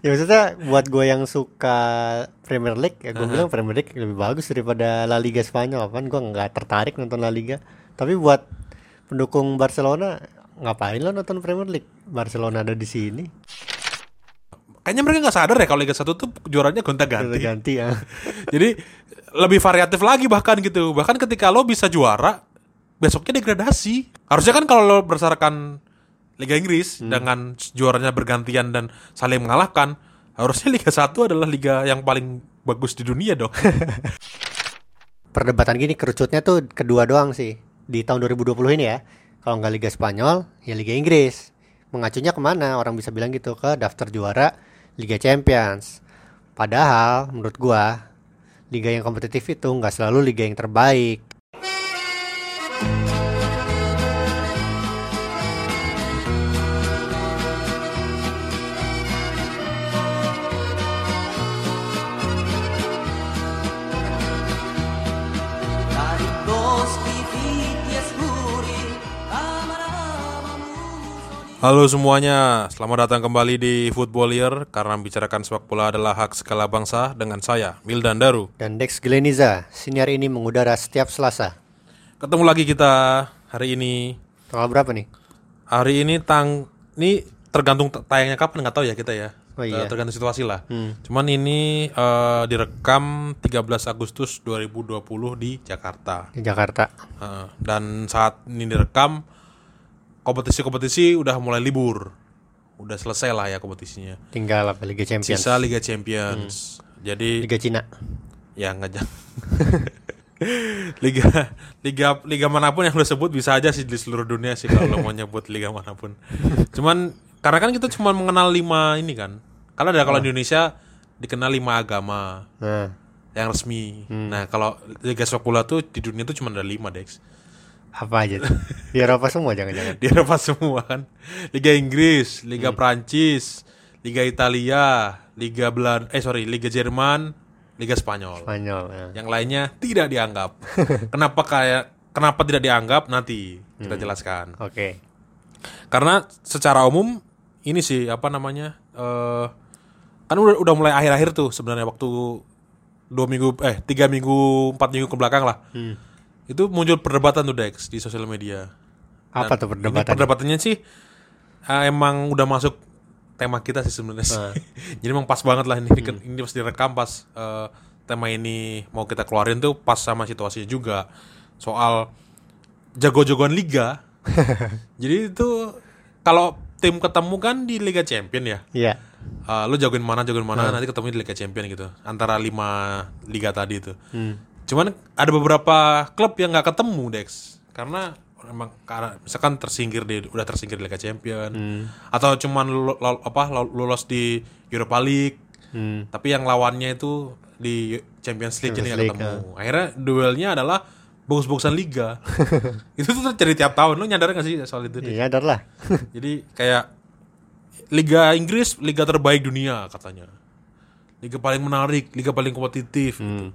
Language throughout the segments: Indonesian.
Ya maksudnya buat gue yang suka Premier League, ya gue bilang Premier League lebih bagus daripada La Liga Spanyol. Kan gue nggak tertarik nonton La Liga. Tapi buat pendukung Barcelona, ngapain lo nonton Premier League? Barcelona ada di sini. Kayaknya mereka nggak sadar ya kalau Liga 1 tuh juaranya gonta-ganti. Ganti ya. Jadi lebih variatif lagi bahkan gitu. Bahkan ketika lo bisa juara, besoknya degradasi. Harusnya kan kalau lo berdasarkan Liga Inggris dengan juaranya bergantian dan saling mengalahkan, harusnya Liga 1 adalah liga yang paling bagus di dunia dong. Perdebatan gini kerucutnya tuh kedua doang sih di tahun 2020 ini ya. Kalau nggak Liga Spanyol, ya Liga Inggris. Mengacunya kemana? Orang bisa bilang gitu, ke daftar juara Liga Champions. Padahal menurut gua liga yang kompetitif itu nggak selalu liga yang terbaik. Halo semuanya, selamat datang kembali di Footballier. Karena membicarakan sepak bola adalah hak segala bangsa. Dengan saya, Mildan Daru Dan Dex Gleniza, siniar ini mengudara setiap Selasa. Ketemu lagi kita hari ini. Tanggal berapa nih? Hari ini ini tergantung tayangnya kapan, nggak tahu ya kita ya. Oh iya. Tergantung situasi lah. Cuman ini direkam 13 Agustus 2020 di Jakarta. Di Jakarta. Dan saat ini direkam, kompetisi-kompetisi udah mulai libur. Udah selesai lah ya kompetisinya. Tinggal apa? Liga Champions. Sisa Liga Champions. Jadi Liga Cina. ya enggak liga manapun yang lo sebut bisa aja sih di seluruh dunia sih kalau lo mau nyebut liga manapun. Cuman karena kan kita cuma mengenal 5 ini kan. Kalau di Indonesia dikenal 5 agama yang resmi. Nah, kalau liga sepak bola tuh di dunia tuh cuma ada 5, Dex. Apa aja tuh? Di Eropa semua jangan-jangan. Di Eropa semua kan. Liga Inggris, Liga Prancis, Liga Italia, Liga Jerman, Liga Spanyol. Ya. Yang lainnya tidak dianggap. Kenapa tidak dianggap nanti kita jelaskan. Oke. Karena secara umum ini sih kan udah mulai akhir-akhir tuh sebenarnya waktu 3 minggu 4 minggu ke belakang lah. Itu muncul perdebatan tuh Dex di sosial media. Apa tuh perdebatan? Perdebatannya sih emang udah masuk tema kita sih sebenarnya sih. Jadi emang pas banget lah ini pas direkam pas tema ini mau kita keluarin tuh pas sama situasinya juga. Soal jago-jagoan liga. Jadi itu kalau tim ketemu kan di Liga Champion ya. Iya. Lo jagoin mana nanti ketemu di Liga Champion gitu. Antara 5 liga tadi itu. Cuman ada beberapa klub yang nggak ketemu Dex karena misalkan udah tersingkir di Liga Champion atau cuman lolos di Europa League tapi yang lawannya itu di Champions League jadi nggak ketemu. Akhirnya duelnya adalah bagus-bagusan liga. Itu tuh terjadi tiap tahun. Lo nyadar nggak sih soal itu? Iya, nyadar lah. Jadi kayak Liga Inggris liga terbaik dunia katanya, liga paling menarik, liga paling kompetitif. Gitu.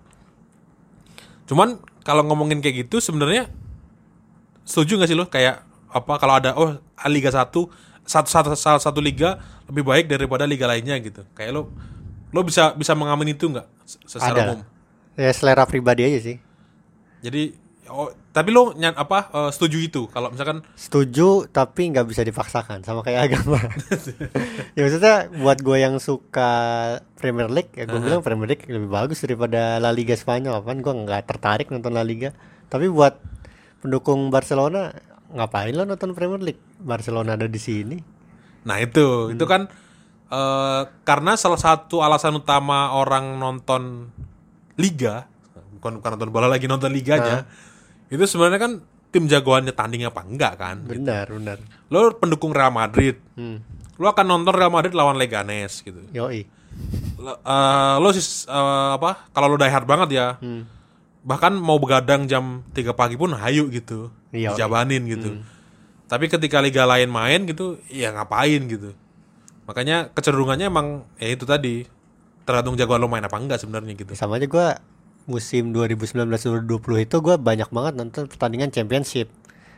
Cuman kalau ngomongin kayak gitu sebenarnya setuju nggak sih lo kayak kalau ada Liga salah satu liga lebih baik daripada liga lainnya gitu. Kayak lo bisa mengamini itu nggak secara umum? Ya selera pribadi aja sih. Jadi tapi lo setuju itu kalau misalkan setuju tapi nggak bisa dipaksakan sama kayak agama. Ya maksudnya buat gue yang suka Premier League, ya gue bilang Premier League lebih bagus daripada La Liga Spanyol. Kan gue nggak tertarik nonton La Liga. Tapi buat pendukung Barcelona, ngapain lo nonton Premier League? Barcelona ada di sini. Nah itu kan karena salah satu alasan utama orang nonton liga, bukan nonton bola lagi, nonton liganya. Itu sebenarnya kan tim jagoannya tanding apa enggak kan? Benar. Lo pendukung Real Madrid, lo akan nonton Real Madrid lawan Leganes gitu. Yoi. Kalau lo die hard banget ya, bahkan mau begadang jam 3 pagi pun hayu gitu, dijabanin gitu. Tapi ketika liga lain main gitu, ya ngapain gitu. Makanya kecenderungannya emang ya itu tadi, tergantung jagoan lo main apa enggak sebenarnya gitu. Sama aja gue musim 2019-2020 itu gue banyak banget nonton pertandingan Championship.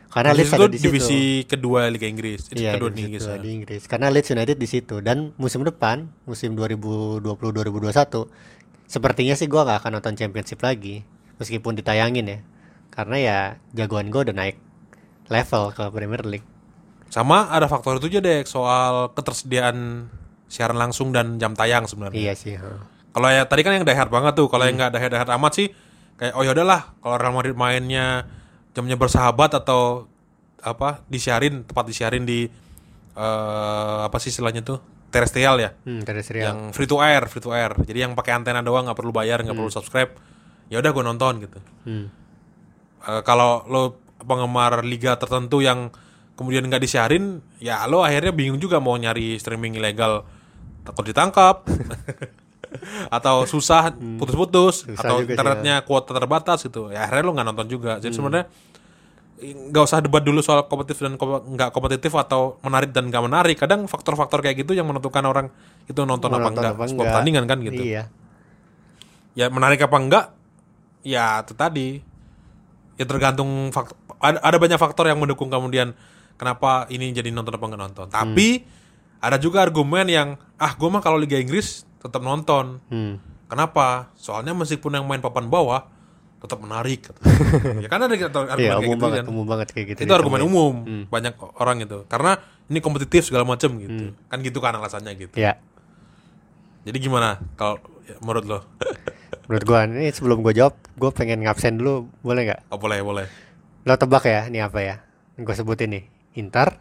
Karena Leeds itu ada di situ. divisi kedua Liga Inggris. Iya, Kedua divisi di Inggris. kedua di Inggris. Karena Leeds United di situ, dan musim depan, musim 2020-2021, sepertinya sih gua nggak akan nonton Championship lagi, meskipun ditayangin ya. Karena ya jagoan gua udah naik level ke Premier League. Sama ada faktor itu juga deh, soal ketersediaan siaran langsung dan jam tayang sebenarnya. Iya sih. Kalau ya tadi kan yang die hard banget tuh, kalau yang nggak die hard amat sih kayak oh ya udahlah, kalau Real Madrid mainnya jamnya bersahabat atau apa tepat disiarin di apa sih istilahnya tuh, terrestrial ya, Terrestrial. yang free to air. Jadi yang pakai antena doang, nggak perlu bayar, nggak perlu subscribe. Ya udah gue nonton gitu. Kalau lo penggemar liga tertentu yang kemudian nggak disiarin, ya lo akhirnya bingung juga mau nyari streaming ilegal, takut ditangkap atau susah putus-putus, atau internetnya kuota terbatas gitu. Ya akhirnya lo nggak nonton juga. Jadi sebenarnya nggak usah debat dulu soal kompetitif dan nggak kompetitif atau menarik dan nggak menarik. Kadang faktor-faktor kayak gitu yang menentukan orang itu nonton apa enggak sebuah pertandingan kan gitu. Iya. Ya menarik apa enggak, ya itu tadi. Ya tergantung faktor. Ada banyak faktor yang mendukung kemudian kenapa ini jadi nonton apa enggak nonton. Tapi ada juga argumen yang gue mah kalau Liga Inggris tetap nonton. Kenapa? Soalnya meskipun yang main papan bawah tetap menarik. Ya kan ada argumen kayak gitu kan. Umum banget kayak gitu. Itu argumen umum banyak orang itu. Karena ini kompetitif segala macam gitu. Kan gitu kan alasannya gitu. Ya. Jadi gimana kalau menurut lo? Menurut gua ini sebelum gua jawab, gua pengen ngabsen dulu, boleh nggak? Oh, boleh. Lo tebak ya, ini apa ya? Gua sebutin nih. Inter,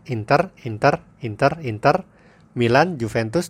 Milan, Juventus.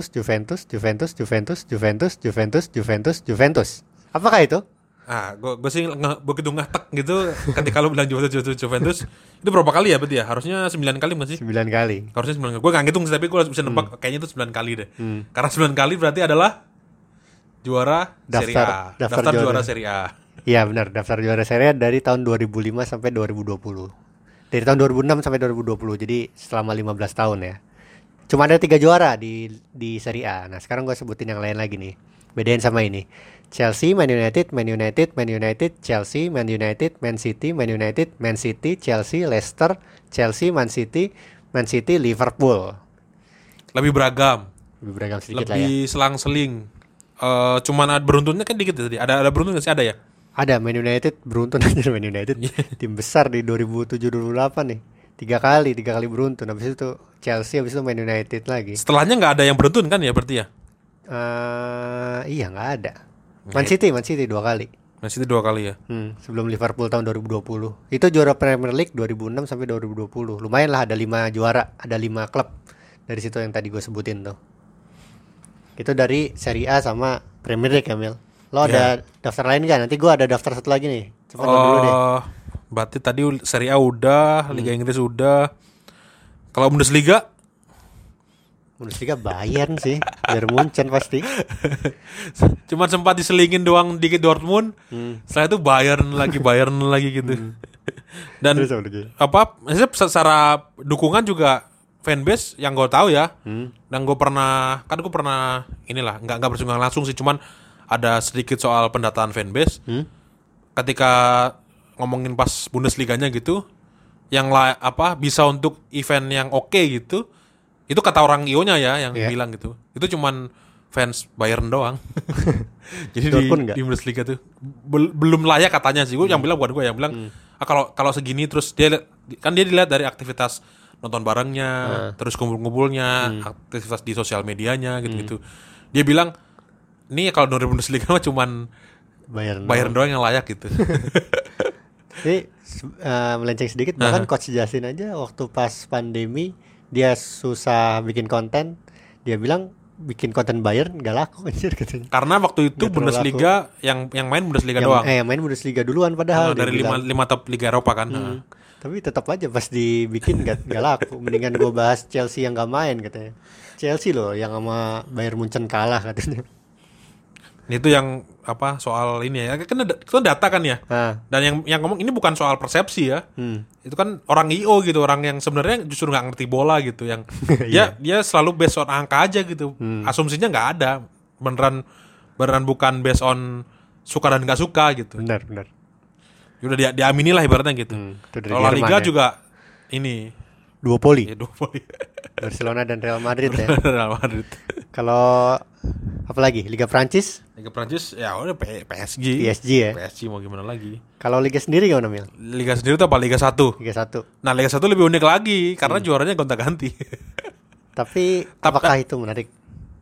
Apakah itu? Gue sih begitu ngetek gitu ketika lo bilang Juventus itu berapa kali ya berarti ya? Harusnya 9 kali nggak sih? 9 kali. Harusnya 9 kali. Gue nggak ngitung sih, tapi gue bisa nebak kayaknya itu 9 kali deh. Karena 9 kali berarti adalah juara Serie A. Daftar juara Serie A. Iya benar, daftar juara Serie A dari tahun 2005 sampai 2020. Dari tahun 2006 sampai 2020. Jadi selama 15 tahun ya. Cuma ada 3 juara di Serie A. Nah, sekarang gue sebutin yang lain lagi nih. Bedain sama ini. Chelsea, Man United, Chelsea, Man United, Man City, Man United, Man City, Chelsea, Leicester, Chelsea, Man City, Liverpool. Lebih beragam. Lebih beragam sedikit lah ya. Lebih selang-seling. Cuman beruntunnya kan dikit tadi. Ada beruntun nggak sih? Ada ya? Ada. Man United beruntun aja. Man United tim besar di 2007-2008 nih. 3 kali beruntun. Habis itu Chelsea, habis itu Man United lagi. Setelahnya nggak ada yang beruntun kan ya berarti ya? Iya nggak ada. Man City 2 kali. Man City 2 kali ya. Sebelum Liverpool tahun 2020. Itu juara Premier League 2006 sampai 2020. Lumayan lah, ada 5 juara, ada 5 klub dari situ yang tadi gue sebutin tuh. Itu dari Serie A sama Premier League, Kamil. Lo ada daftar lain gak? Nanti gue ada daftar satu lagi nih. Cepat dulu deh. Berarti tadi Serie A udah, Liga Inggris udah. Kalau Bundesliga Bayern sih, Bayern Munchen pasti. Cuma sempat diselingin doang dikit Dortmund. Setelah itu Bayern lagi gitu. Dan maksudnya secara dukungan juga fanbase yang gue tahu ya. Dan gue pernah inilah nggak bersinggungan langsung sih, cuman ada sedikit soal pendataan fanbase. Ketika ngomongin pas Bundesliganya gitu, yang bisa untuk event yang oke gitu. Itu kata orang IO-nya ya yang bilang gitu. Itu cuman fans Bayern doang. Jadi di Bundesliga tuh belum layak katanya sih. Gue yang bilang bukan gue, yang bilang kalau segini terus dia dilihat dari aktivitas nonton barengnya, terus kumpul-kumpulnya, aktivitas di sosial medianya gitu-gitu. Dia bilang, "Nih kalau dari Bundesliga mah cuman Bayern doang yang layak gitu." Jadi melenceng sedikit, bahkan Coach Justin aja waktu pas pandemi dia susah bikin konten, dia bilang bikin konten Bayern gak laku anjir katanya. Karena waktu itu Bundesliga yang main Bundesliga doang. Yang main Bundesliga duluan padahal dari 5 top Liga Eropa kan. Tapi tetap aja pas dibikin gak laku. Mendingan gue bahas Chelsea yang gak main katanya. Chelsea loh yang sama Bayern Munchen kalah katanya. Itu yang soal ini ya, kan itu data kan ya. Dan yang ngomong ini bukan soal persepsi ya. Itu kan orang IO gitu, orang yang sebenarnya justru nggak ngerti bola gitu, yang dia selalu based on angka aja gitu. Asumsinya nggak ada, beneran bukan based on suka dan nggak suka gitu. Benar. Udah diamini lah ibaratnya gitu. Itu dari Kalau La Jerman Liga ya. juga ini Duopoli. ya duopoli. Barcelona dan Real Madrid ya. Real Madrid. Kalau apalagi Liga Prancis, Liga Prancis ya udah PSG. PSG ya. PSG mau gimana lagi? Kalau Liga sendiri gimana Mil? Liga sendiri tuh apa? Liga 1. Liga 1. Nah, Liga 1 lebih unik lagi karena juaranya gonta-ganti. Tapi apakah itu menarik?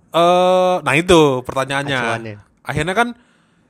Nah itu pertanyaannya. Acuannya. Akhirnya kan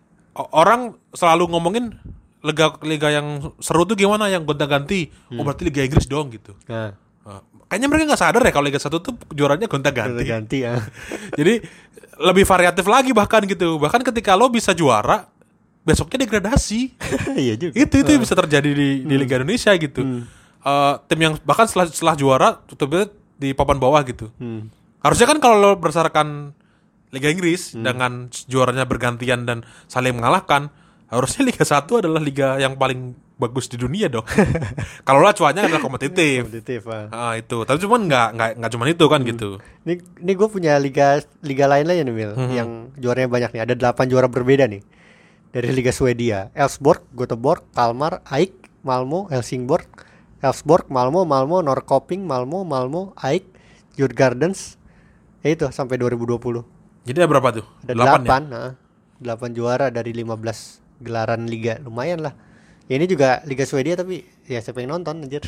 orang selalu ngomongin liga yang seru tuh gimana yang gonta-ganti. Oh berarti Liga Inggris dong gitu. Nah, Kayaknya mereka nggak sadar ya kalau Liga 1 tuh juaranya gonta-ganti. ganti ya. Jadi lebih variatif lagi bahkan gitu. Bahkan ketika lo bisa juara, besoknya degradasi. Iya juga. Itu bisa terjadi di Liga Indonesia gitu. Tim yang bahkan setelah juara tutupnya di papan bawah gitu. Harusnya kan kalau lo berdasarkan Liga Inggris dengan juaranya bergantian dan saling mengalahkan, harusnya Liga 1 adalah liga yang paling bagus di dunia dong. Kalau lah cuanya adalah kompetitif. Itu. Tapi cuman nggak cuman itu kan gitu. Ini gue punya liga lain ya nih Mil, yang juaranya banyak nih. Ada 8 juara berbeda nih. Dari Liga Swedia, Elfsborg, Göteborg, Kalmar, AIK, Malmo, Helsingborg, Malmo, Norrköping, Malmo, AIK, Djurgårdens. Ya itu sampai 2020. Jadi ada berapa tuh? Ada 8 ya? 8 juara dari 15 gelaran liga. Lumayan lah. Ya ini juga Liga Swedia tapi ya siapa yang nonton anjir.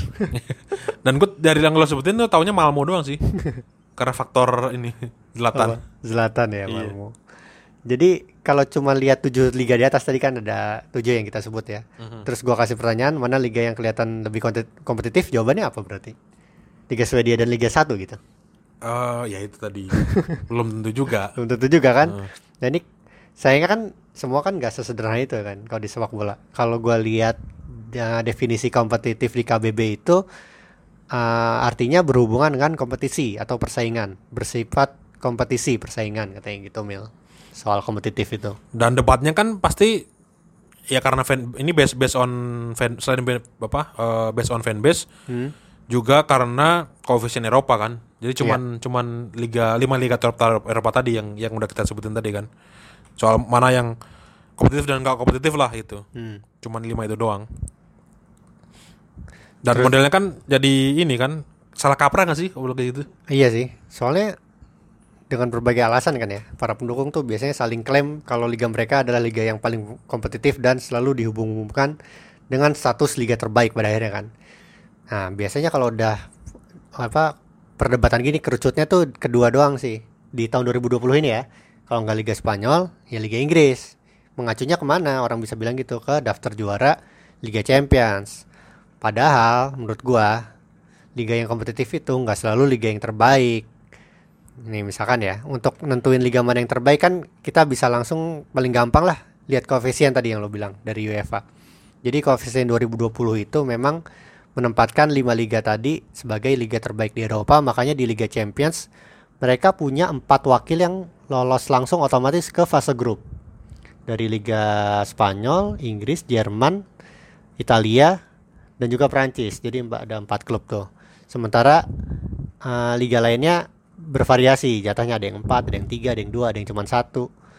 Dan gue dari yang lo sebutin tuh taunya Malmo doang sih. Karena faktor ini Zlatan. Zlatan ya Malmo. Jadi kalau cuma lihat 7 liga di atas tadi kan ada 7 yang kita sebut ya. Terus gua kasih pertanyaan mana liga yang kelihatan lebih kompetitif, jawabannya apa berarti? Liga Swedia dan Liga 1 gitu. Ya itu tadi. Belum tentu juga. Belum tentu juga kan. Nah ini sayangnya kan semua kan gak sesederhana itu kan kalau di sepak bola. Kalau gua lihat definisi kompetitif di KBB itu artinya berhubungan dengan kompetisi atau persaingan, bersifat kompetisi persaingan katanya gitu Mil. Soal kompetitif itu. Dan debatnya kan pasti ya karena ini based on fan, selain based on fan base juga karena koefisien Eropa kan. Jadi cuman 5 liga top Eropa tadi yang udah kita sebutin tadi kan. Soal mana yang kompetitif dan enggak kompetitif lah itu. Cuman 5 itu doang. Dan terus, modelnya kan jadi ini kan salah kaprah gak sih kalau kayak gitu? Iya sih. Soalnya dengan berbagai alasan kan ya. Para pendukung tuh biasanya saling klaim kalau liga mereka adalah liga yang paling kompetitif dan selalu dihubung-hubungkan dengan status liga terbaik pada akhirnya kan. Nah, biasanya kalau udah perdebatan gini kerucutnya tuh kedua doang sih. Di tahun 2020 ini ya. Kalau nggak Liga Spanyol, ya Liga Inggris. Mengacunya kemana? Orang bisa bilang gitu, ke daftar juara Liga Champions. Padahal menurut gua liga yang kompetitif itu nggak selalu liga yang terbaik. Nih misalkan ya, untuk nentuin liga mana yang terbaik kan kita bisa langsung paling gampang lah lihat koefisien tadi yang lo bilang dari UEFA. Jadi koefisien 2020 itu memang menempatkan 5 liga tadi sebagai liga terbaik di Eropa. Makanya di Liga Champions mereka punya 4 wakil yang lolos langsung otomatis ke fase grup. Dari Liga Spanyol, Inggris, Jerman, Italia, dan juga Prancis. Jadi ada 4 klub tuh. Sementara liga lainnya bervariasi. Jatahnya ada yang 4, ada yang 3, ada yang 2, ada yang cuma 1.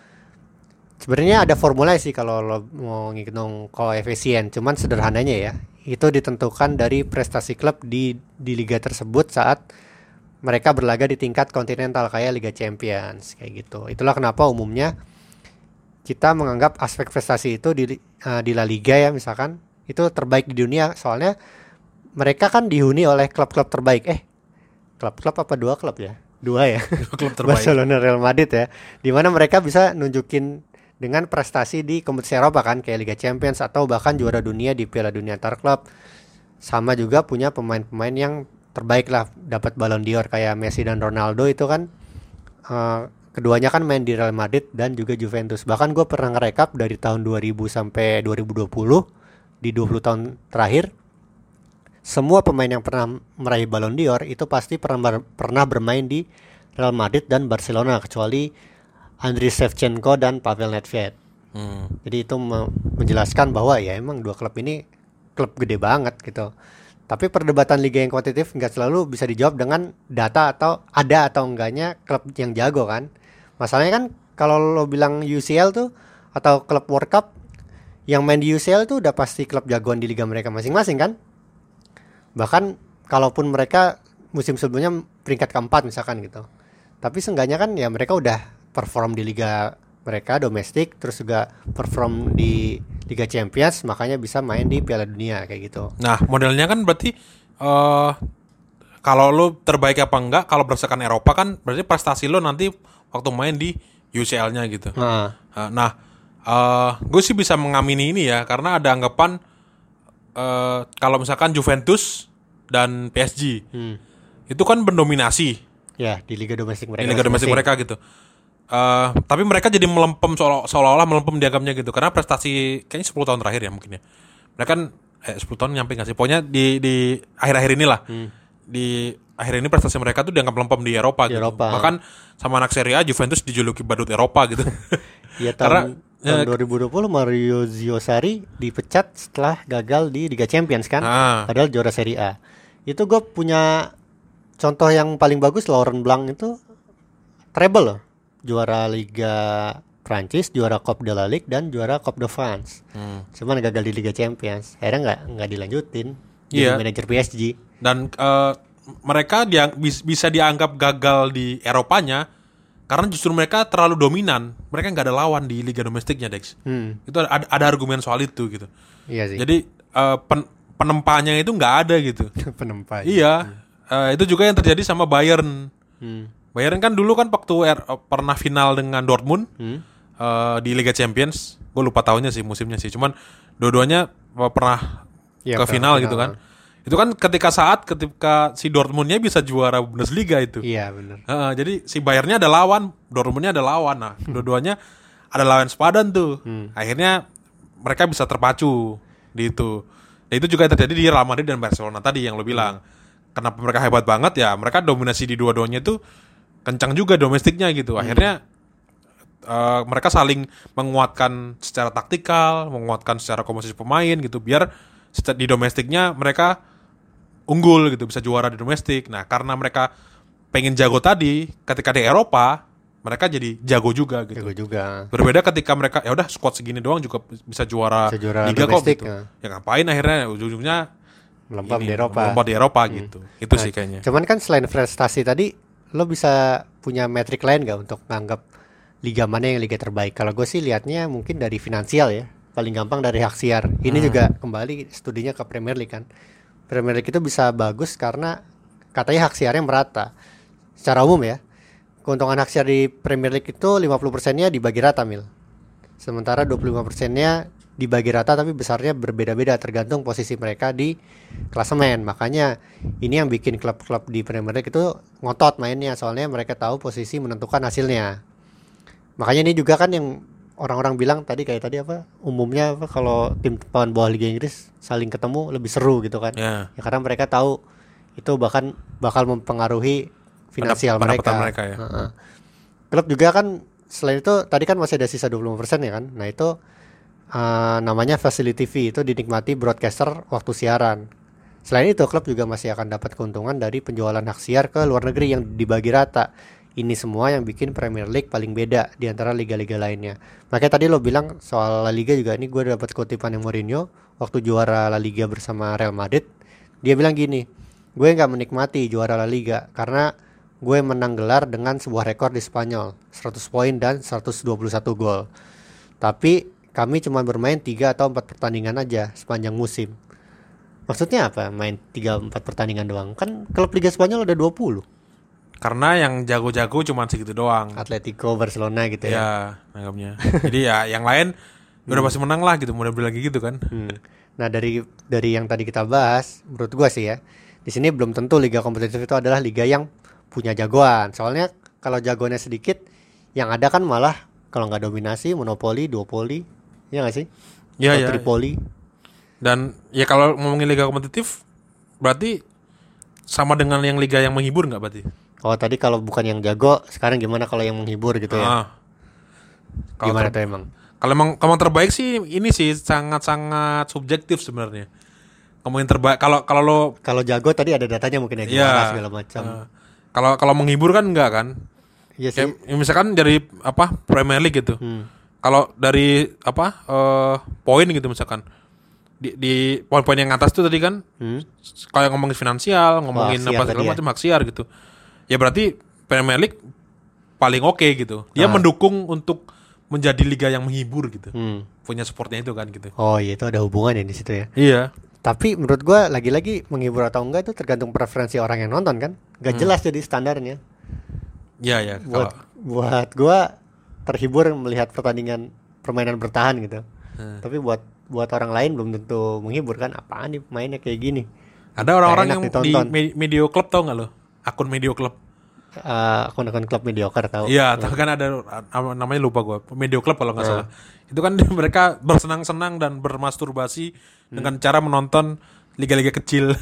Sebenarnya ada formula sih kalau lo mau ngitung koefisien. Cuman sederhananya ya, itu ditentukan dari prestasi klub di liga tersebut saat mereka berlaga di tingkat kontinental kayak Liga Champions kayak gitu. Itulah kenapa umumnya kita menganggap aspek prestasi itu di La Liga ya misalkan itu terbaik di dunia, soalnya mereka kan dihuni oleh klub-klub terbaik. Klub-klub apa 2 klub ya? 2 ya. Klub terbaik. Barcelona, Real Madrid ya. Di mana mereka bisa nunjukin dengan prestasi di kompetisi Eropa kan kayak Liga Champions atau bahkan juara dunia di Piala Dunia antar klub. Sama juga punya pemain-pemain yang terbaik lah, dapat Ballon d'Or kayak Messi dan Ronaldo itu kan keduanya kan main di Real Madrid dan juga Juventus. Bahkan gue pernah ngerekap dari tahun 2000 sampai 2020 di 20 tahun terakhir semua pemain yang pernah meraih Ballon d'Or itu pasti pernah bermain di Real Madrid dan Barcelona kecuali Andriy Shevchenko dan Pavel Nedved. Jadi itu menjelaskan bahwa ya emang 2 klub ini klub gede banget gitu. Tapi perdebatan liga yang kompetitif nggak selalu bisa dijawab dengan data atau ada atau enggaknya klub yang jago kan. Masalahnya kan kalau lo bilang UCL tuh atau klub World Cup yang main di UCL tuh udah pasti klub jagoan di liga mereka masing-masing kan. Bahkan kalaupun mereka musim sebelumnya peringkat keempat misalkan gitu, tapi seenggaknya kan ya mereka udah perform di liga mereka domestik, terus juga perform di Liga Champions, makanya bisa main di Piala Dunia kayak gitu. Nah modelnya kan berarti kalau lo terbaik apa enggak, kalau berdasarkan Eropa kan berarti prestasi lo nanti waktu main di UCL-nya gitu. Nah gue sih bisa mengamini ini ya, karena ada anggapan kalau misalkan Juventus dan PSG itu kan mendominasi ya di liga domestik mereka. Di liga domestik mereka gitu. Tapi mereka jadi melempem seolah-olah melempem diagamnya gitu, karena prestasi kayaknya 10 tahun terakhir ya mungkin ya. Mereka kan 10 tahun nyampe nggak sih? Pokoknya di akhir-akhir inilah. Di akhir ini prestasi mereka tuh dianggap melempem di Eropa gitu. Bahkan sama anak Serie A Juventus dijuluki badut Eropa gitu. Iya, tahun 2020 Mario Ziosari dipecat setelah gagal di Liga Champions kan, padahal juara Serie A. Itu gue punya contoh yang paling bagus, Laurent Blanc itu treble loh, juara Liga Prancis, juara Coupe de la Ligue dan juara Coupe de France. Cuman gagal di Liga Champions, akhirnya nggak dilanjutin jadi manajer PSG. Dan mereka bisa dianggap gagal di Eropanya karena justru mereka terlalu dominan. Mereka nggak ada lawan di liga domestiknya, Dex. Itu ada argumen soal itu gitu. Iya sih. Jadi penempanya itu nggak ada gitu. Penempa. Iya. Itu juga yang terjadi sama Bayern. Bayern kan dulu kan waktu pernah final dengan Dortmund di Liga Champions. Gue lupa tahunnya sih, musimnya sih. Cuman dua-duanya pernah ke final gitu kan. Itu kan ketika si Dortmundnya bisa juara Bundesliga itu. Iya benar. Jadi si Bayernnya ada lawan, Dortmundnya ada lawan. Nah, dua-duanya ada lawan sepadan tuh. Akhirnya mereka bisa terpacu di itu. Dan itu juga yang terjadi di Real Madrid dan Barcelona tadi yang lo bilang. Kenapa mereka hebat banget ya? Mereka dominasi di dua-duanya itu kencang juga domestiknya gitu. Akhirnya mereka saling menguatkan secara taktikal, menguatkan secara komposisi pemain gitu. Biar di domestiknya mereka unggul gitu, bisa juara di domestik. Nah, karena mereka pengen jago tadi, ketika di Eropa mereka jadi jago juga gitu. Jago juga. Berbeda ketika mereka ya udah squad segini doang juga bisa juara liga kok gitu. Ya ngapain akhirnya ujung-ujungnya melompat di Eropa gitu. Itu sih kayaknya. Cuman kan selain prestasi tadi, lo bisa punya metrik lain gak untuk menganggap liga mana yang liga terbaik? Kalau gue sih lihatnya mungkin dari finansial ya. Paling gampang dari hak siar. Ini juga kembali studinya ke Premier League kan. Premier League itu bisa bagus karena katanya hak siarnya merata. Secara umum ya, keuntungan hak siar di Premier League itu 50%-nya dibagi rata, Mil. Sementara 25%-nya dibagi rata tapi besarnya berbeda-beda tergantung posisi mereka di klasemen. Makanya ini yang bikin klub-klub di Premier League itu ngotot mainnya, soalnya mereka tahu posisi menentukan hasilnya. Makanya ini juga kan yang orang-orang bilang tadi umumnya kalau tim papan bawah Liga Inggris saling ketemu lebih seru gitu kan. Ya karena mereka tahu itu bahkan bakal mempengaruhi finansial mereka ya. Klub juga kan selain itu tadi kan masih ada sisa 20% ya kan. Nah itu namanya facility fee, itu dinikmati broadcaster waktu siaran. Selain itu klub juga masih akan dapat keuntungan dari penjualan hak siar ke luar negeri yang dibagi rata. Ini semua yang bikin Premier League paling beda di antara liga-liga lainnya. Makanya tadi lo bilang soal La Liga juga, ini gue dapat kutipan yang Mourinho waktu juara La Liga bersama Real Madrid. Dia bilang gini, gue gak menikmati juara La Liga karena gue menang gelar dengan sebuah rekor di Spanyol, 100 poin dan 121 gol. Tapi kami cuma bermain 3 atau 4 pertandingan aja sepanjang musim. Maksudnya apa main 3-4 pertandingan doang? Kan klub Liga Spanyol ada 20. Karena yang jago-jago cuma segitu doang. Atletico, Barcelona gitu ya. Ya, anggapnya. Jadi ya yang lain udah pasti menang lah gitu, model lagi gitu kan. Nah, dari yang tadi kita bahas, menurut gua sih ya, di sini belum tentu liga kompetitif itu adalah liga yang punya jagoan. Soalnya kalau jagoannya sedikit, yang ada kan malah kalau nggak dominasi, monopoli, duopoli, ya nggak sih? Iya, tripoli. Dan ya kalau ngomongin liga kompetitif, berarti sama dengan yang liga yang menghibur nggak berarti? Oh tadi kalau bukan yang jago, sekarang gimana kalau yang menghibur gitu ya? Gimana tuh emang? Kalau emang terbaik sih ini sih sangat-sangat subjektif sebenarnya. Ngomongin terbaik kalau jago tadi ada datanya mungkin ya segala macam. Kalau menghibur kan enggak kan? Iya sih. Misalkan dari Premier League gitu. kalau dari poin gitu misalkan di poin-poin yang atas tuh tadi kan kalau ngomongin finansial, ngomongin apa segala macam hak siar gitu. Ya berarti Premier League paling oke gitu. Dia mendukung untuk menjadi liga yang menghibur gitu. Punya supportnya itu kan gitu. Oh iya, itu ada hubungannya di situ ya. Iya. Tapi menurut gua lagi-lagi menghibur atau enggak itu tergantung preferensi orang yang nonton kan. Gak jelas jadi standarnya. Iya. Buat gua terhibur melihat permainan bertahan gitu. Tapi buat orang lain belum tentu menghibur kan. Apaan nih mainnya kayak gini. Ada orang-orang yang ditonton. Di Medio Club tau nggak lo? Akun Medio Club. Akun-akun klub mediocre tahu. Iya, tapi kan ada namanya lupa gua. Medio Club kalau nggak salah. Itu kan mereka bersenang-senang dan bermasturbasi dengan cara menonton liga-liga kecil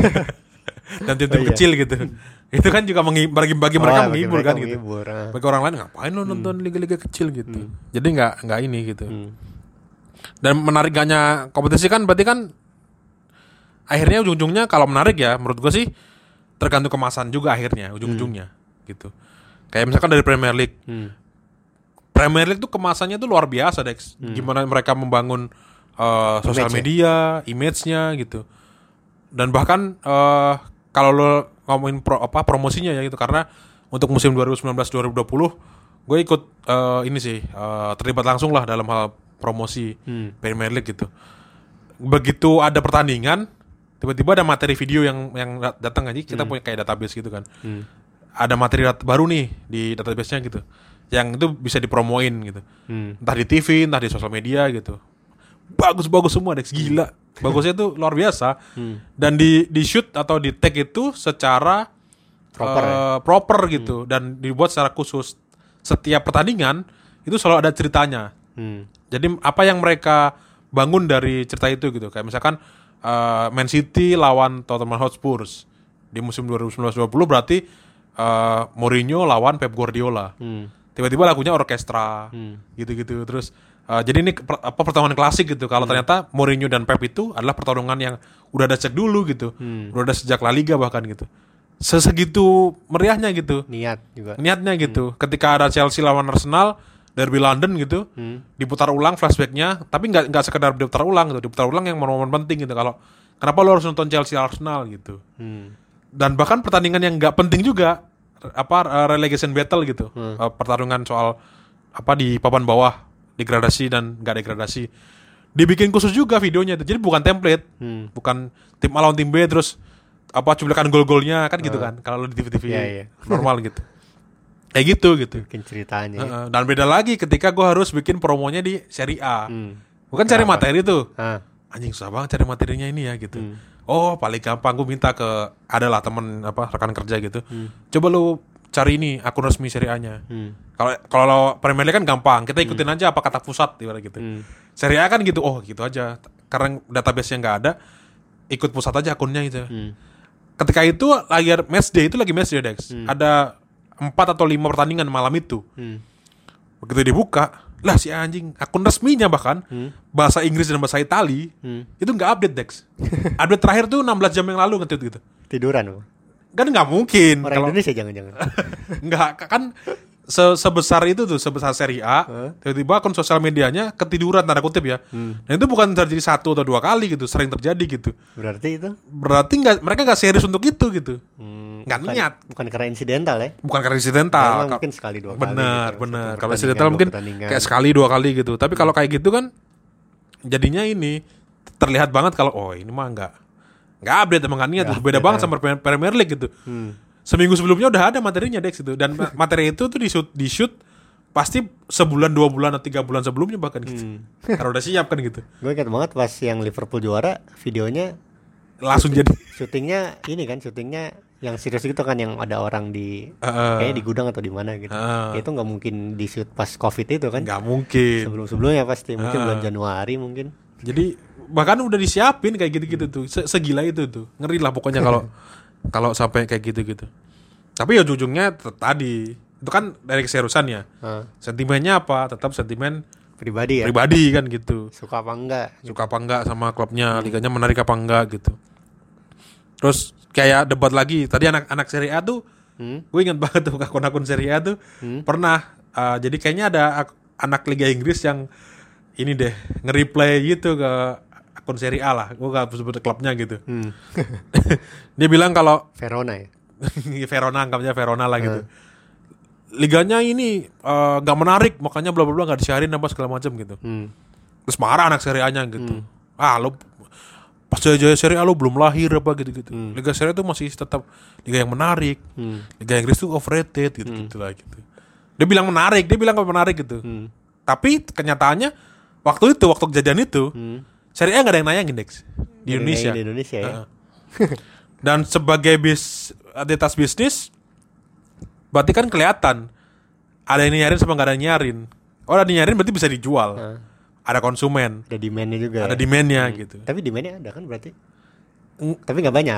dan tim-tim kecil gitu. Itu kan juga bagi mereka menghibur kan gitu. Bagi orang lain ngapain lo nonton liga-liga kecil gitu. Jadi nggak ini gitu. Dan menariknya kompetisi kan berarti kan akhirnya ujung-ujungnya kalau menarik ya menurut gua sih tergantung kemasan juga akhirnya ujung-ujungnya gitu. Kayak misalkan dari Premier League. Premier League tuh kemasannya tuh luar biasa, Dex. Gimana mereka membangun sosial media, image-nya gitu. Dan bahkan kalau lo ngomongin promosinya ya gitu, karena untuk musim 2019-2020 gue ikut ini sih terlibat langsung lah dalam hal promosi Premier League gitu. Begitu ada pertandingan, tiba-tiba ada materi video yang datang aja, kita punya kayak database gitu kan. Ada materi baru nih di database-nya gitu. Yang itu bisa dipromoin gitu. Entah di TV, entah di sosial media gitu. Bagus-bagus semua, Dex, gila. Bagusnya tuh luar biasa. Dan di shoot atau di tag itu secara proper gitu dan dibuat secara khusus. Setiap pertandingan itu selalu ada ceritanya. Jadi apa yang mereka bangun dari cerita itu gitu. Kayak misalkan Man City lawan Tottenham Hotspur di musim 2019-2020 berarti Mourinho lawan Pep Guardiola. Tiba-tiba lagunya orkestra gitu-gitu. Terus jadi ini pertarungan klasik gitu. Kalau ternyata Mourinho dan Pep itu adalah pertarungan yang udah ada cek dulu gitu. Udah ada sejak La Liga bahkan gitu. Segitu meriahnya gitu. Niatnya gitu. Ketika ada Chelsea lawan Arsenal, derby London gitu, diputar ulang flashbacknya, tapi nggak sekedar diputar ulang gitu, diputar ulang yang momen-momen penting gitu. Kalau kenapa lo harus nonton Chelsea Arsenal gitu. Dan bahkan pertandingan yang nggak penting juga, relegation battle gitu, pertarungan soal di papan bawah, degradasi dan nggak degradasi, dibikin khusus juga videonya itu. Jadi bukan template, bukan tim A lawan tim B terus cuplikan gol-golnya kan gitu kan. Kalau di TV-TV normal gitu. Kayak gitu. Bikin ceritanya. Dan beda lagi ketika gue harus bikin promonya di Serie A. Bukan cari materi tuh. Anjing susah banget cari materinya ini ya gitu. Oh paling gampang gue minta ke adalah temen rekan kerja gitu. Coba lu cari ini akun resmi Serie A-nya. Kalau Premier League kan gampang. Kita ikutin aja apa kata pusat gitu. Serie A kan gitu. Oh gitu aja. Karena database-nya nggak ada, ikut pusat aja akunnya gitu. Ketika itu lagi match day Dex. Ada 4 atau 5 pertandingan malam itu. Begitu dibuka, lah si anjing akun resminya bahkan bahasa Inggris dan bahasa Itali itu nggak update, Dex. Update terakhir tuh 16 jam yang lalu gitu. Tiduran kan nggak mungkin orang Indonesia jangan-jangan. Nggak kan sebesar itu tuh, sebesar Serie A, tiba-tiba akun sosial medianya ketiduran tanda kutip ya. Dan itu bukan terjadi 1 atau 2 kali gitu, sering terjadi gitu. Berarti mereka nggak serius untuk itu gitu. Nggak niat. Bukan karena insidental ya? Bukan karena insidental. Mungkin sekali 2 kali. Benar. Kalau insidental mungkin kayak sekali 2 kali gitu. Tapi kalau kayak gitu kan jadinya ini terlihat banget kalau ini mah nggak update emang nggak niat. Beda banget sama Premier League gitu. Seminggu sebelumnya udah ada materinya, Dex itu. Dan materi itu tuh di shoot pasti sebulan, 2 bulan, atau 3 bulan sebelumnya bahkan gitu. Karena udah siap kan gitu. Gue ingat banget pas yang Liverpool juara, videonya langsung jadi syutingnya yang serius gitu kan, yang ada orang kayaknya di gudang atau di mana gitu. Itu nggak mungkin di shoot pas COVID itu kan? Nggak mungkin. Sebelumnya pasti mungkin bulan Januari mungkin. Jadi bahkan udah disiapin kayak gitu-gitu tuh, segila itu tuh, ngeri lah pokoknya kalau sampai kayak gitu-gitu. Tapi ya ujungnya tadi itu kan dari keseriusan ya. Sentimennya apa? Tetap sentimen pribadi kan gitu. Suka apa enggak sama klubnya, liganya menarik apa enggak gitu. Terus kayak debat lagi tadi anak Serie A tuh, gue ingat banget tuh akun Serie A tuh pernah. Jadi kayaknya ada anak Liga Inggris yang ini deh nge-replay gitu ke akun Serie A lah, gue gak sebut klubnya gitu. Dia bilang kalau Verona ya. Verona, anggapnya Verona lah gitu. Liganya ini gak menarik, makanya bla bla bla gak disiarin apa segala macam gitu. Terus marah anak Serie A-nya gitu. Lo pas Jaya Serie A lo belum lahir apa gitu-gitu. Liga Serie A itu masih tetap liga yang menarik. Liga Inggris tuh overrated gitu lah gitu. Dia bilang menarik gitu. Tapi kenyataannya waktu kejadian itu Serie A gak ada yang nayangin Dex di Indonesia. Di Indonesia ya. Dan sebagai entitas bisnis, berarti kan kelihatan ada yang nyarin sama gak ada yang nyarin. Oh, ada yang nyarin berarti bisa dijual. Ada konsumen. Ada demand-nya juga. Ada demand-nya gitu. Tapi demand-nya ada kan berarti. Tapi nggak banyak.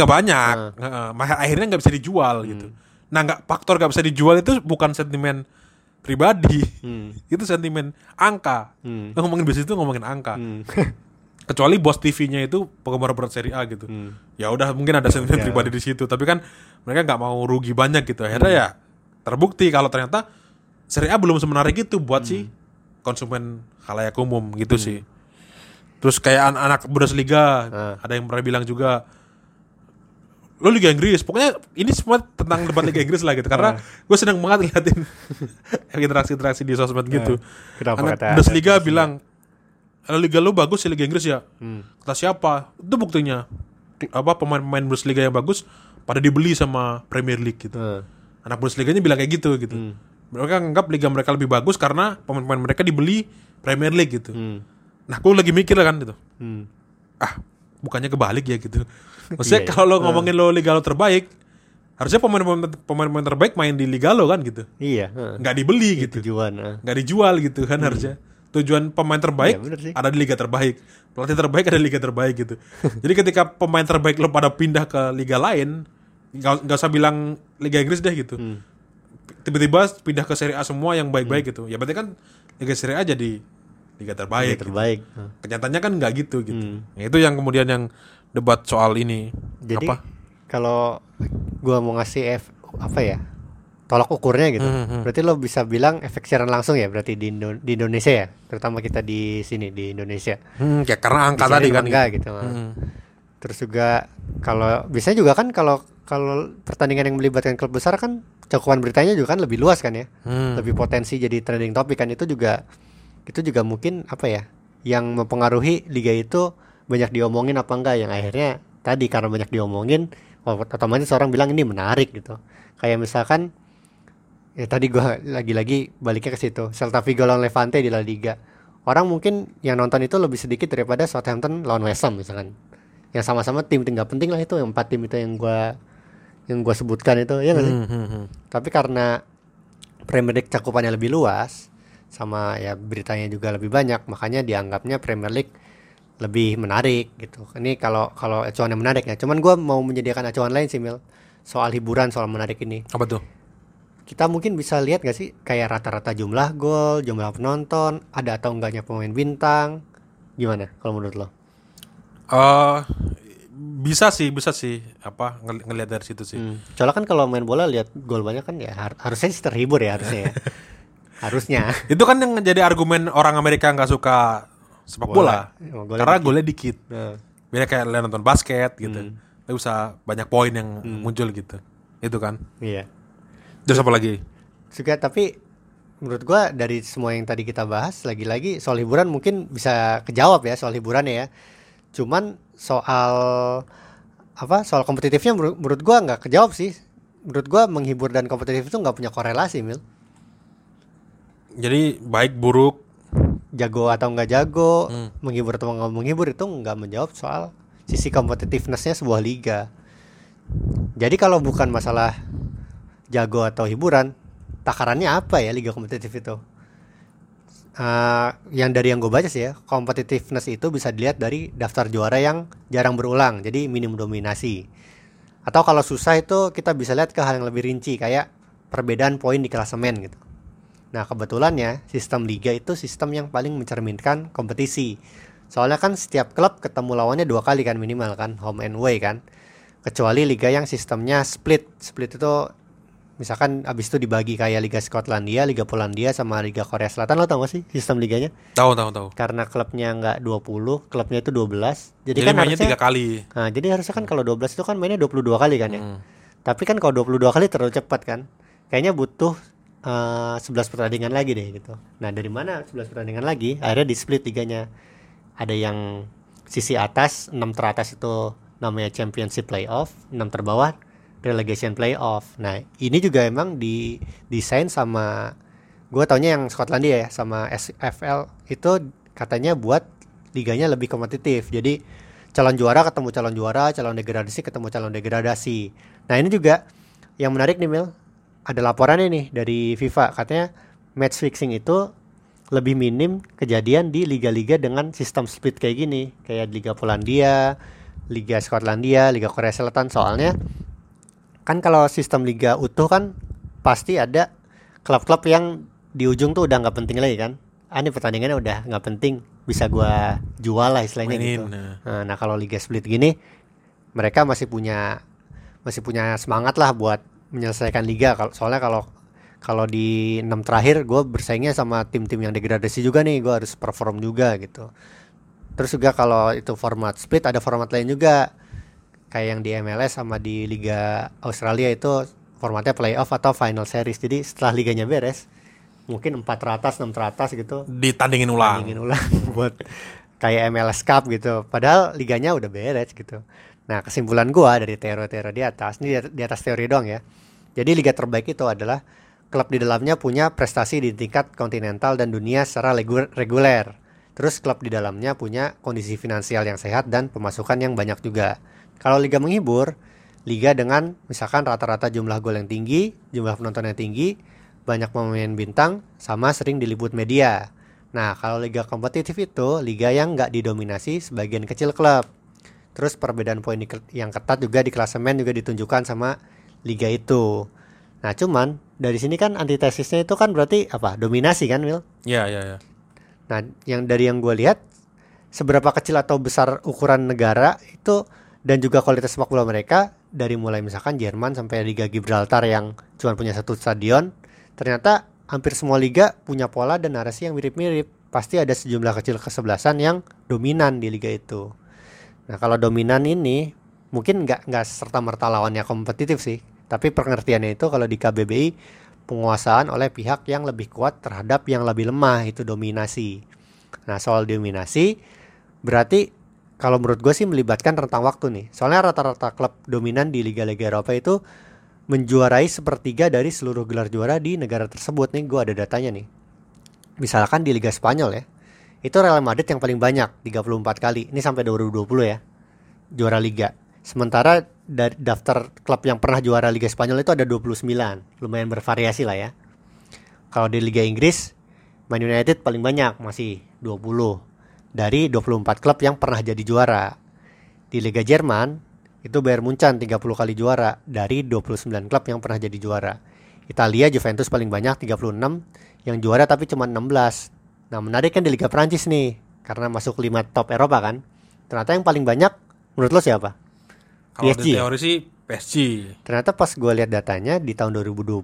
Akhirnya nggak bisa dijual gitu. Nah, faktor nggak bisa dijual itu bukan sentimen pribadi. Itu sentimen angka. Ngomongin bisnis itu ngomongin angka. Kecuali bos TV-nya itu penggemar berat Serie A gitu. Ya udah mungkin ada sentimen pribadi di situ, tapi kan mereka nggak mau rugi banyak gitu. Akhirnya ya terbukti kalau ternyata Serie A belum semenarik itu buat si konsumen khalayak umum gitu sih. Terus kayak anak Bundesliga, ada yang pernah bilang juga, lo Liga Inggris, pokoknya ini semua tentang debat Liga Inggris lah gitu. Karena gue senang banget ngeliatin interaksi-interaksi di sosmed gitu. Anak Bundesliga bilang, Liga lo bagus ya Liga Inggris ya. Kata siapa? Itu buktinya pemain-pemain Bundesliga yang bagus pada dibeli sama Premier League gitu. Anak Bundesliga-nya bilang kayak gitu. Mereka anggap liga mereka lebih bagus karena pemain-pemain mereka dibeli Premier League gitu. Nah, gue lagi mikir kan gitu. Bukannya kebalik ya gitu. Maksudnya kalau lo ngomongin lo liga lo terbaik, harusnya pemain-pemain terbaik main di liga lo kan gitu. Iya. Nggak dibeli gitu. Nggak dijual gitu kan harusnya. Tujuan pemain terbaik ada di liga terbaik. Pelatih terbaik ada di liga terbaik gitu. Jadi ketika pemain terbaik lo pada pindah ke liga lain, nggak usah bilang Liga Inggris deh gitu. Tiba-tiba pindah ke Serie A semua yang baik-baik gitu. Ya berarti kan Liga Serie A jadi liga terbaik. Gitu. Kenyataannya kan nggak gitu. Ya, itu yang kemudian yang debat soal ini. Jadi kalau gua mau ngasih tolak ukurnya gitu. Berarti lo bisa bilang efek siaran langsung ya berarti di Indonesia ya, terutama kita di sini di Indonesia. Ya karena angka tadi kan gitu. Terus juga kalau biasanya juga kan kalau pertandingan yang melibatkan klub besar kan cakupan beritanya juga kan lebih luas kan ya. Lebih potensi jadi trending topik kan, itu juga mungkin yang mempengaruhi liga itu banyak diomongin apa enggak, yang akhirnya tadi karena banyak diomongin otomatis orang bilang ini menarik gitu. Kayak misalkan ya tadi gua lagi-lagi baliknya ke situ, Celta Vigo lawan Levante di La Liga. Orang mungkin yang nonton itu lebih sedikit daripada Southampton lawan West Ham misalkan. Yang sama-sama tim nggak penting lah itu, yang 4 tim itu yang gua sebutkan itu ya nggak sih? Tapi karena Premier League cakupannya lebih luas sama ya beritanya juga lebih banyak, makanya dianggapnya Premier League lebih menarik gitu. Ini kalau acuan yang menarik ya. Cuman gua mau menyediakan acuan lain sih Mil, soal hiburan, soal menarik ini. Apa tuh? Kita mungkin bisa lihat gak sih kayak rata-rata jumlah gol, jumlah penonton, ada atau enggaknya pemain bintang, gimana kalau menurut lo? Bisa sih ngelihat dari situ sih. Soalnya kan kalau main bola lihat gol banyak kan ya harusnya sih terhibur ya harusnya ya. Harusnya. Itu kan yang jadi argumen orang Amerika nggak suka sepak bola. Karena golnya dikit. Beda kayak nonton basket gitu. Tapi usah banyak poin yang muncul gitu. Itu kan. Iya. Terus apa lagi? Juga tapi menurut gua dari semua yang tadi kita bahas, lagi-lagi soal hiburan mungkin bisa kejawab ya soal hiburannya ya. Cuman soal kompetitifnya menurut gua nggak kejawab sih. Menurut gua menghibur dan kompetitif itu nggak punya korelasi, Mil. Jadi baik buruk, jago atau nggak jago, menghibur atau nggak menghibur itu nggak menjawab soal sisi competitiveness-nya sebuah liga. Jadi kalau bukan masalah jago atau hiburan, takarannya apa ya liga kompetitif itu? Yang dari yang gue baca sih ya, competitiveness itu bisa dilihat dari daftar juara yang jarang berulang, jadi minim dominasi. Atau kalau susah itu kita bisa lihat ke hal yang lebih rinci, kayak perbedaan poin di klasemen gitu. Nah kebetulannya sistem liga itu sistem yang paling mencerminkan kompetisi. Soalnya kan setiap klub ketemu lawannya 2 kali kan minimal kan, home and away kan. Kecuali liga yang sistemnya split itu misalkan abis itu dibagi kayak Liga Skotlandia, Liga Polandia sama Liga Korea Selatan. Lo tau gak sih sistem liganya? Tahu. Karena klubnya nggak 20, klubnya itu 12. Jadi kan mainnya harusnya 3 kali. Nah, jadi harusnya kan kalau 12 itu kan mainnya 22 kali kan ya. Tapi kan kalau 22 kali terlalu cepat kan. Kayaknya butuh 11 pertandingan lagi deh gitu. Nah, dari mana 11 pertandingan lagi? Akhirnya di split liganya. Ada yang sisi atas, 6 teratas itu namanya Championship Playoff, 6 terbawah Relegation Playoff. Nah, ini juga emang didesain sama, gue taunya yang Skotlandia ya, sama SFL itu katanya buat liganya lebih kompetitif. Jadi calon juara ketemu calon juara, calon degradasi ketemu calon degradasi. Nah, ini juga yang menarik nih Mil, ada laporannya nih dari FIFA, katanya match fixing itu lebih minim kejadian di liga-liga dengan sistem split kayak gini, kayak Liga Polandia, Liga Skotlandia, Liga Korea Selatan. Soalnya kan kalau sistem liga utuh kan pasti ada klub-klub yang di ujung tuh udah nggak penting lagi kan. Ini pertandingannya udah nggak penting, bisa gua jual lah istilahnya gitu. Nah, kalau liga split gini mereka masih punya semangat lah buat menyelesaikan liga. Soalnya kalau di 6 terakhir gue bersaingnya sama tim-tim yang degradasi juga nih, gue harus perform juga gitu. Terus juga kalau itu format split, ada format lain juga kayak yang di MLS sama di Liga Australia, itu formatnya playoff atau final series. Jadi setelah liganya beres mungkin 4 teratas, 6 teratas gitu ditandingin ulang buat kayak MLS Cup gitu. Padahal liganya udah beres gitu. Nah, kesimpulan gua dari teori-teori di atas, ini di atas teori doang ya. Jadi liga terbaik itu adalah klub di dalamnya punya prestasi di tingkat kontinental dan dunia secara reguler. Terus klub di dalamnya punya kondisi finansial yang sehat dan pemasukan yang banyak juga. Kalau liga menghibur, liga dengan misalkan rata-rata jumlah gol yang tinggi, jumlah penonton yang tinggi, banyak pemain bintang, sama sering diliput media. Nah, kalau liga kompetitif itu liga yang nggak didominasi sebagian kecil klub. Terus perbedaan poin yang ketat juga di klasemen juga ditunjukkan sama liga itu. Nah, cuman dari sini kan antitesisnya itu kan berarti apa? Dominasi kan, Will? Iya. Nah, yang gue lihat, seberapa kecil atau besar ukuran negara itu dan juga kualitas sepak bola mereka, dari mulai misalkan Jerman sampai Liga Gibraltar yang cuma punya satu stadion, ternyata hampir semua liga punya pola dan narasi yang mirip-mirip. Pasti ada sejumlah kecil kesebelasan yang dominan di liga itu. Nah, kalau dominan ini mungkin nggak serta-merta lawannya kompetitif sih, tapi pengertiannya itu kalau di KBBI penguasaan oleh pihak yang lebih kuat terhadap yang lebih lemah, itu dominasi. Nah, soal dominasi berarti kalau menurut gue sih melibatkan rentang waktu nih. Soalnya rata-rata klub dominan di liga-liga Eropa itu menjuarai sepertiga dari seluruh gelar juara di negara tersebut. Nih gue ada datanya nih. Misalkan di Liga Spanyol ya, itu Real Madrid yang paling banyak, 34 kali. Ini sampai 2020 ya, juara Liga. Sementara dari daftar klub yang pernah juara Liga Spanyol itu ada 29. Lumayan bervariasi lah ya. Kalau di Liga Inggris, Man United paling banyak, masih 20. Dari 24 klub yang pernah jadi juara. Di Liga Jerman itu Bayern Munchen 30 kali juara dari 29 klub yang pernah jadi juara. Italia Juventus paling banyak 36 yang juara tapi cuma 16. Nah, menarik kan di Liga Prancis nih, karena masuk 5 top Eropa kan. Ternyata yang paling banyak menurut lo siapa? Kalau di teori sih PSG. Ternyata pas gue lihat datanya di tahun 2020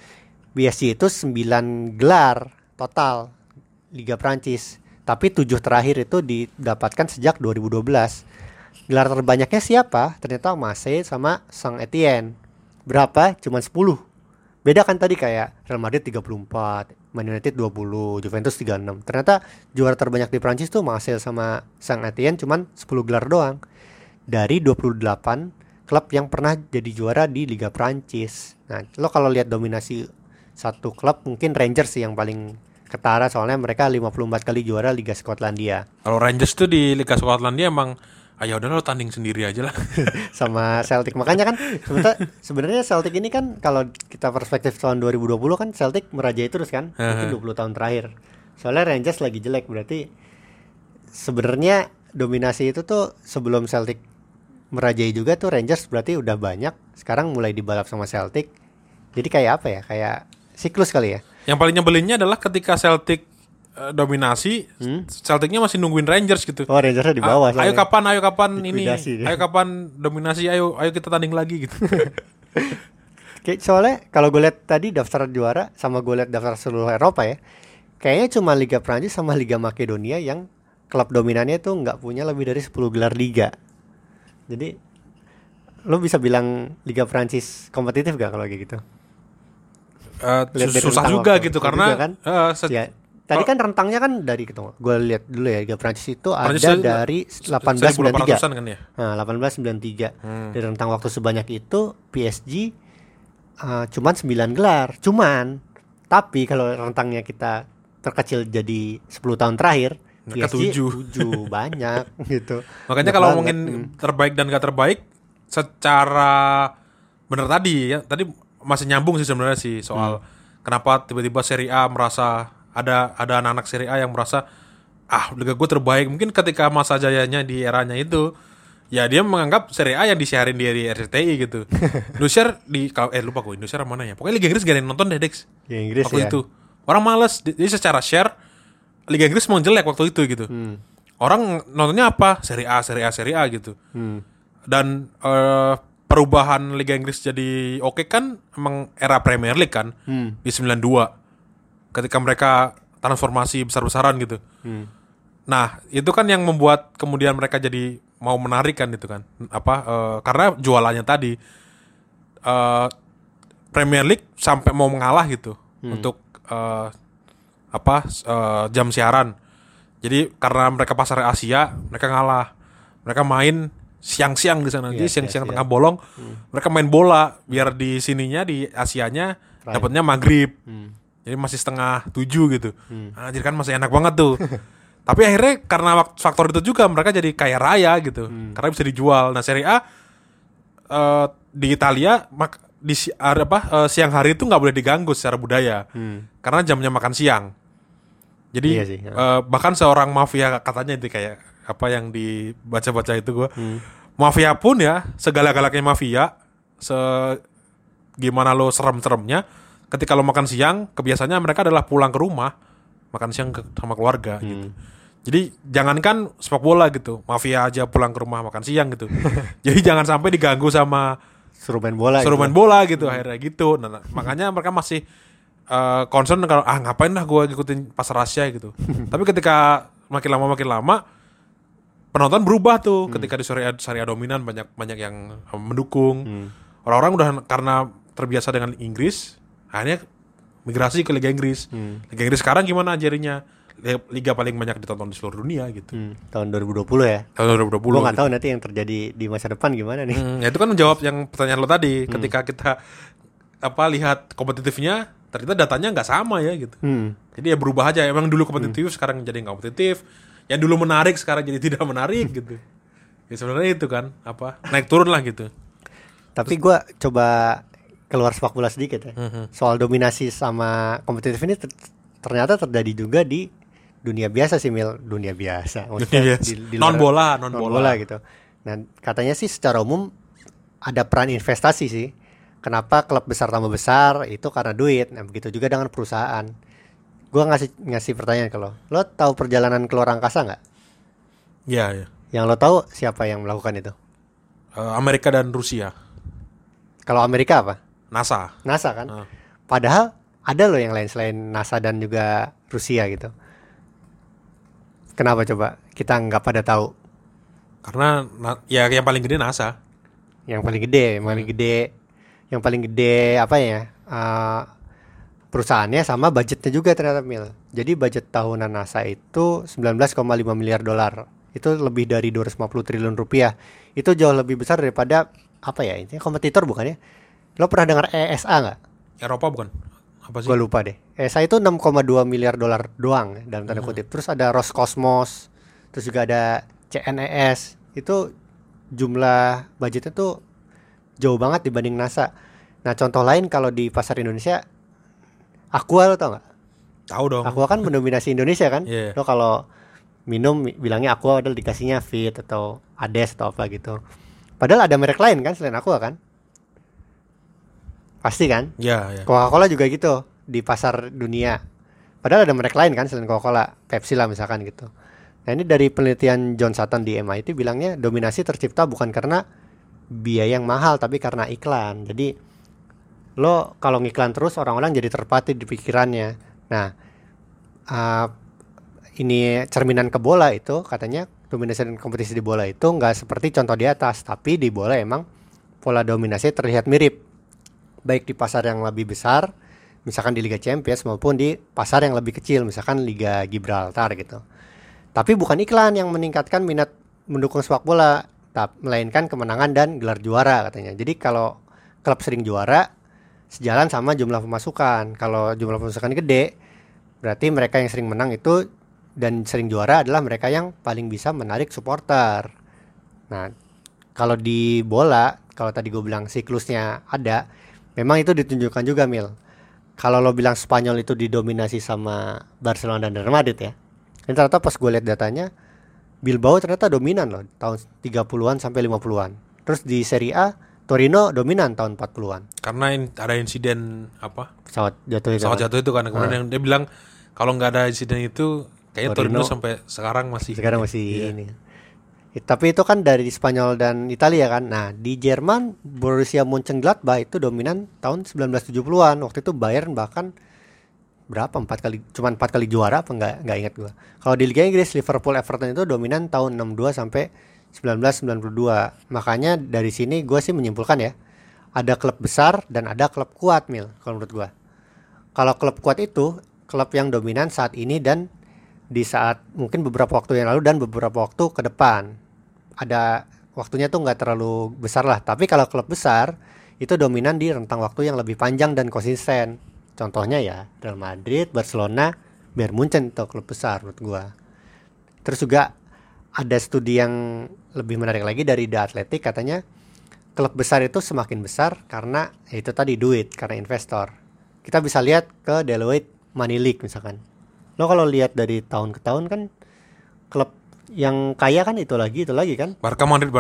PSG itu 9 gelar total Liga Prancis. Tapi 7 terakhir itu didapatkan sejak 2012. Gelar terbanyaknya siapa? Ternyata Marseille sama Saint-Étienne. Berapa? Cuman 10. Beda kan tadi kayak Real Madrid 34, Man United 20, Juventus 36. Ternyata juara terbanyak di Prancis tuh Marseille sama Saint-Étienne cuman 10 gelar doang. Dari 28 klub yang pernah jadi juara di Liga Prancis. Nah, lo kalau lihat dominasi satu klub mungkin Rangers sih yang paling ketara, soalnya mereka 54 kali juara Liga Skotlandia. Kalau Rangers tuh di Liga Skotlandia emang ya udah lo tanding sendiri aja lah. Sama Celtic. Makanya kan sebenarnya Celtic ini kan kalau kita perspektif tahun 2020 kan Celtic merajai terus kan. Mungkin 20 tahun terakhir. Soalnya Rangers lagi jelek, berarti sebenarnya dominasi itu tuh sebelum Celtic merajai juga tuh Rangers berarti udah banyak. Sekarang mulai dibalap sama Celtic. Jadi kayak apa ya? Kayak siklus kali ya. Yang paling nyebelinnya adalah ketika Celtic dominasi, Celticnya masih nungguin Rangers gitu. Oh, Rangersnya di bawah. Ayo kapan ini? Likuidasi. Ayo kapan dominasi? Ayo kita tanding lagi gitu. Soalnya kalau gue lihat tadi daftar juara sama gue lihat daftar seluruh Eropa ya, kayaknya cuma Liga Prancis sama Liga Makedonia yang klub dominannya tuh nggak punya lebih dari 10 gelar liga. Jadi lo bisa bilang Liga Prancis kompetitif gak kalau kayak gitu? Susah juga gitu karena kan? Ya, tadi kan rentangnya kan dari gitu. Gue lihat dulu ya, Liga Prancis itu Prancis ada dari 1893. kan ya? Nah, 1893. Dari rentang waktu sebanyak itu PSG cuman 9 gelar. Tapi kalau rentangnya kita terkecil jadi 10 tahun terakhir, mereka PSG 7 banyak gitu. Makanya kalau ngomongin terbaik dan gak terbaik secara bener tadi ya, tadi masih nyambung sih sebenarnya sih soal kenapa tiba-tiba Serie A merasa ada anak-anak Serie A yang merasa liga gue terbaik. Mungkin ketika masa jayanya di eranya itu ya dia menganggap Serie A yang disiarin dia di RCTI gitu. Indosiar lupa gue Indosiar mana ya. Pokoknya Liga Inggris gak ada yang nonton deh Dex. Liga Inggris waktu ya. itu. Orang males. Jadi secara share Liga Inggris mau jelek waktu itu gitu. Orang nontonnya apa? Serie A gitu. Dan perubahan Liga Inggris jadi oke kan emang era Premier League kan di 92 ketika mereka transformasi besar-besaran gitu. Nah itu kan yang membuat kemudian mereka jadi mau menarik kan itu kan karena jualannya tadi Premier League sampai mau mengalah gitu untuk jam siaran. Jadi karena mereka pasar Asia mereka ngalah, mereka main siang-siang di sana, jadi siang-siang tengah bolong, mereka main bola biar di sininya di Asianya dapatnya maghrib, jadi masih 6:30 gitu, jadi kan masih enak banget tuh. Tapi akhirnya karena faktor itu juga mereka jadi kaya raya gitu, karena bisa dijual. Nah Serie A di Italia siang hari itu nggak boleh diganggu secara budaya, karena jamnya makan siang. Jadi bahkan seorang mafia katanya itu kayak apa yang dibaca-baca itu gue mafia pun ya segala-galaknya mafia gimana lo serem-seremnya ketika lo makan siang kebiasaannya mereka adalah pulang ke rumah makan siang sama keluarga gitu. Jadi jangankan sepak bola gitu, mafia aja pulang ke rumah makan siang gitu. Jadi jangan sampai diganggu sama suruh main bola gitu akhirnya gitu. Nah, makanya mereka masih concern kalau ngapain lah gue ngikutin pasar Asia gitu. Tapi ketika makin lama penonton berubah tuh ketika di Serie A dominan banyak yang mendukung. Orang-orang udah karena terbiasa dengan Inggris, akhirnya migrasi ke Liga Inggris. Liga Inggris sekarang gimana jadinya? Liga paling banyak ditonton di seluruh dunia gitu. Tahun 2020 ya. Tahun 2020. Gue nggak tahu nanti yang terjadi di masa depan gimana nih. Ya itu kan menjawab yang pertanyaan lo tadi. Ketika kita lihat kompetitifnya, ternyata datanya nggak sama ya gitu. Jadi ya berubah aja. Emang dulu kompetitif, sekarang jadi nggak kompetitif. Yang dulu menarik sekarang jadi tidak menarik gitu. Ya sebenarnya itu kan naik turun lah gitu. Tapi gue coba keluar sepak bola sedikit ya. Soal dominasi sama kompetitif ini ternyata terjadi juga di dunia biasa sih, dunia biasa. Maksudnya di non bola gitu. Nah katanya sih secara umum ada peran investasi sih. Kenapa klub besar tambah besar itu karena duit. Nah begitu juga dengan perusahaan. Gue ngasih pertanyaan ke lo tahu perjalanan keluar angkasa nggak? Iya. Yang lo tahu siapa yang melakukan itu? Amerika dan Rusia. Kalau Amerika apa? NASA kan. Padahal ada loh yang lain selain NASA dan juga Rusia gitu. Kenapa coba kita nggak pada tahu? Karena ya yang paling gede NASA. Yang paling gede apa ya? Perusahaannya sama budgetnya juga ternyata Mil. Jadi budget tahunan NASA itu 19,5 miliar dolar. Itu lebih dari 250 triliun rupiah. Itu jauh lebih besar daripada ini kompetitor bukan ya? Lo pernah dengar ESA nggak? Eropa bukan? Apa sih? Gue lupa deh. ESA itu 6,2 miliar dolar doang dalam tanda kutip. Terus ada Roscosmos, terus juga ada CNES. Itu jumlah budgetnya tuh jauh banget dibanding NASA. Nah contoh lain kalau di pasar Indonesia, Aqua lo tau nggak? Tahu dong. Aqua kan mendominasi Indonesia kan. Yeah. Lo kalau minum bilangnya Aqua, padahal dikasihnya Fit atau Ades atau apa gitu. Padahal ada merek lain kan selain Aqua kan? Pasti kan? Iya. Coca-Cola juga gitu di pasar dunia. Padahal ada merek lain kan selain Coca-Cola, Pepsi lah misalkan gitu. Nah ini dari penelitian John Sutton di MIT bilangnya dominasi tercipta bukan karena biaya yang mahal tapi karena iklan. Jadi lo kalau ngiklan terus orang-orang jadi terpatri di pikirannya. Nah, ini cerminan ke bola itu katanya dominasi dan kompetisi di bola itu nggak seperti contoh di atas, tapi di bola emang pola dominasi terlihat mirip, baik di pasar yang lebih besar, misalkan di Liga Champions, maupun di pasar yang lebih kecil, misalkan Liga Gibraltar gitu. Tapi bukan iklan yang meningkatkan minat mendukung sepak bola, melainkan kemenangan dan gelar juara katanya. Jadi kalau klub sering juara sejalan sama jumlah pemasukan. Kalau jumlah pemasukan gede, berarti mereka yang sering menang itu dan sering juara adalah mereka yang paling bisa menarik supporter. Nah, kalau di bola, kalau tadi gue bilang siklusnya ada, memang itu ditunjukkan juga, Mil. Kalau lo bilang Spanyol itu didominasi sama Barcelona dan Real Madrid ya, dan ternyata pas gue lihat datanya, Bilbao ternyata dominan loh tahun 30-an sampai 50-an. Terus di Serie A, Torino dominan tahun 40-an. Karena ada insiden apa? Pesawat jatuh itu kan. Kemudian yang dia bilang kalau nggak ada insiden itu kayaknya Torino sampai sekarang masih iya. Ini. Tapi itu kan dari Spanyol dan Italia kan. Nah, di Jerman Borussia Mönchengladbach itu dominan tahun 1970-an. Waktu itu Bayern bahkan berapa 4 kali juara apa enggak ingat gua. Kalau di Liga Inggris Liverpool Everton itu dominan tahun 62 sampai 1992. Makanya dari sini gua sih menyimpulkan ya, ada klub besar dan ada klub kuat, Mil, kalau menurut gua. Kalau klub kuat itu klub yang dominan saat ini dan di saat mungkin beberapa waktu yang lalu dan beberapa waktu ke depan. Ada waktunya tuh nggak terlalu besar lah. Tapi kalau klub besar itu dominan di rentang waktu yang lebih panjang dan konsisten. Contohnya ya Real Madrid, Barcelona, Bayern Munchen itu klub besar menurut gua. Terus juga ada studi yang lebih menarik lagi dari The Athletic, katanya klub besar itu semakin besar karena itu tadi duit, karena investor. Kita bisa lihat ke Deloitte Money League misalkan. Lo kalau lihat dari tahun ke tahun kan klub yang kaya kan itu lagi kan. Barca Madrid.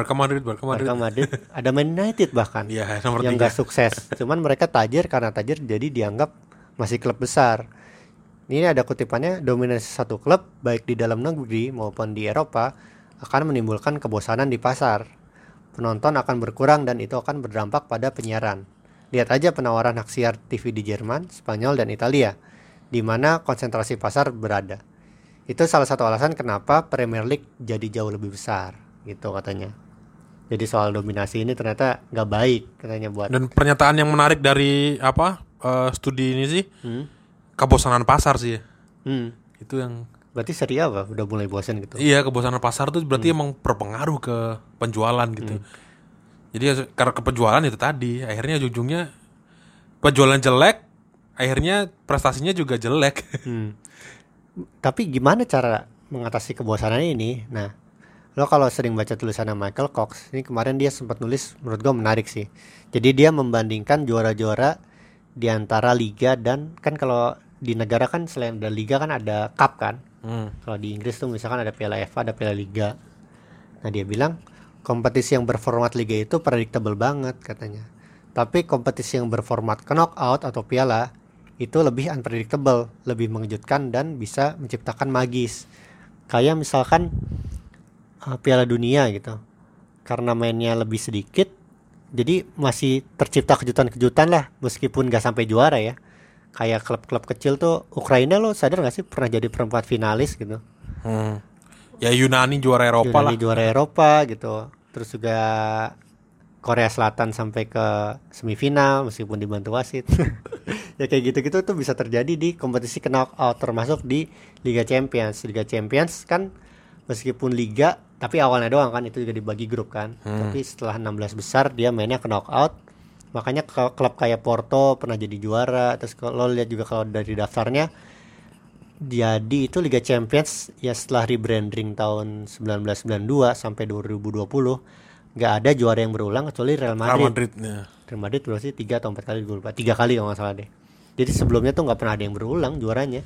Ada Man United bahkan. Iya, yang nggak sukses. Cuman mereka tajir, karena tajir jadi dianggap masih klub besar. Ini ada kutipannya, dominasi satu klub baik di dalam negeri maupun di Eropa akan menimbulkan kebosanan di pasar. Penonton akan berkurang dan itu akan berdampak pada penyiaran. Lihat aja penawaran hak siar TV di Jerman, Spanyol dan Italia, di mana konsentrasi pasar berada. Itu salah satu alasan kenapa Premier League jadi jauh lebih besar, gitu katanya. Jadi soal dominasi ini ternyata nggak baik katanya buat. Dan pernyataan yang menarik dari studi ini sih, kebosanan pasar sih. Itu yang berarti Serie A apa? Udah mulai bosan gitu. Iya, kebosanan pasar tuh berarti emang berpengaruh ke penjualan gitu. Jadi karena ke penjualan itu tadi, akhirnya ujungnya penjualan jelek, akhirnya prestasinya juga jelek. Tapi gimana cara mengatasi kebosanan ini? Nah, lo kalau sering baca tulisannya Michael Cox, ini kemarin dia sempat nulis, menurut gue menarik sih. Jadi dia membandingkan juara-juara di antara liga dan kan kalau di negara kan selain ada liga kan ada cup kan. Kalau di Inggris tuh misalkan ada Piala FA, ada Piala Liga. Nah, dia bilang kompetisi yang berformat liga itu predictable banget katanya. Tapi kompetisi yang berformat knockout atau piala itu lebih unpredictable, lebih mengejutkan dan bisa menciptakan magis. Kayak misalkan Piala Dunia gitu. Karena mainnya lebih sedikit, jadi masih tercipta kejutan-kejutan lah meskipun gak sampai juara ya. Kayak klub-klub kecil tuh, Ukraina lo sadar gak sih pernah jadi perempat finalis gitu. Ya Yunani juara Eropa lah. Juara Eropa gitu. Terus juga Korea Selatan sampai ke semifinal meskipun dibantu wasit. Ya kayak gitu-gitu tuh bisa terjadi di kompetisi knockout, termasuk di Liga Champions. Liga Champions kan meskipun liga tapi awalnya doang kan, itu juga dibagi grup kan. Tapi setelah 16 besar dia mainnya knockout. Makanya klub kayak Porto pernah jadi juara. Terus kalau lihat juga kalau dari daftarnya, jadi itu Liga Champions ya setelah rebranding tahun 1992 sampai 2020 nggak ada juara yang berulang kecuali Real Madrid. Real Madrid berarti 3 atau 4 kali, gue lupa. 3 kali kalau nggak salah deh. Jadi sebelumnya tuh nggak pernah ada yang berulang juaranya.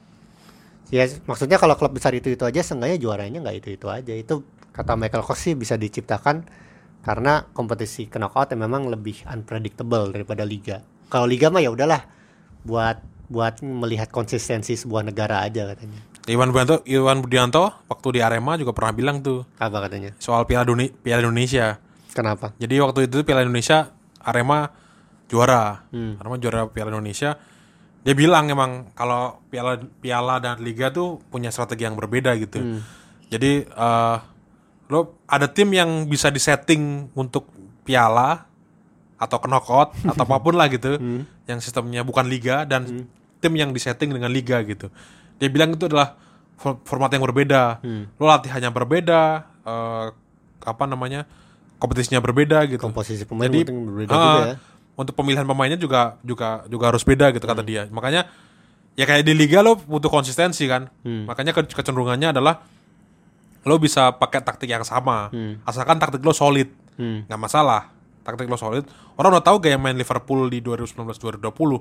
Ya maksudnya kalau klub besar itu aja, seenggaknya juaranya nggak itu aja. Itu kata Michael Cox sih bisa diciptakan karena kompetisi knockout yang memang lebih unpredictable daripada liga. Kalau liga mah ya udahlah buat melihat konsistensi sebuah negara aja katanya. Iwan Budianto waktu di Arema juga pernah bilang tuh. Apa katanya? Soal Piala Indonesia. Kenapa? Jadi waktu itu Piala Indonesia Arema juara. Karena juara Piala Indonesia. Dia bilang emang kalau piala dan liga tuh punya strategi yang berbeda gitu. Jadi lo ada tim yang bisa disetting untuk piala atau knockout atau apapun lah gitu, yang sistemnya bukan liga, dan tim yang disetting dengan liga gitu. Dia bilang itu adalah format yang berbeda. Lo latihannya berbeda, kompetisinya berbeda gitu. Komposisi pemain Jadi mungkin berbeda juga ya. Untuk pemilihan pemainnya juga harus beda gitu kata dia. Makanya ya kayak di liga lo butuh konsistensi kan. Makanya kecenderungannya adalah lo bisa pakai taktik yang sama, asalkan taktik lo solid, nggak masalah. Taktik lo solid. Orang udah tahu gaya main Liverpool di 2019-2020.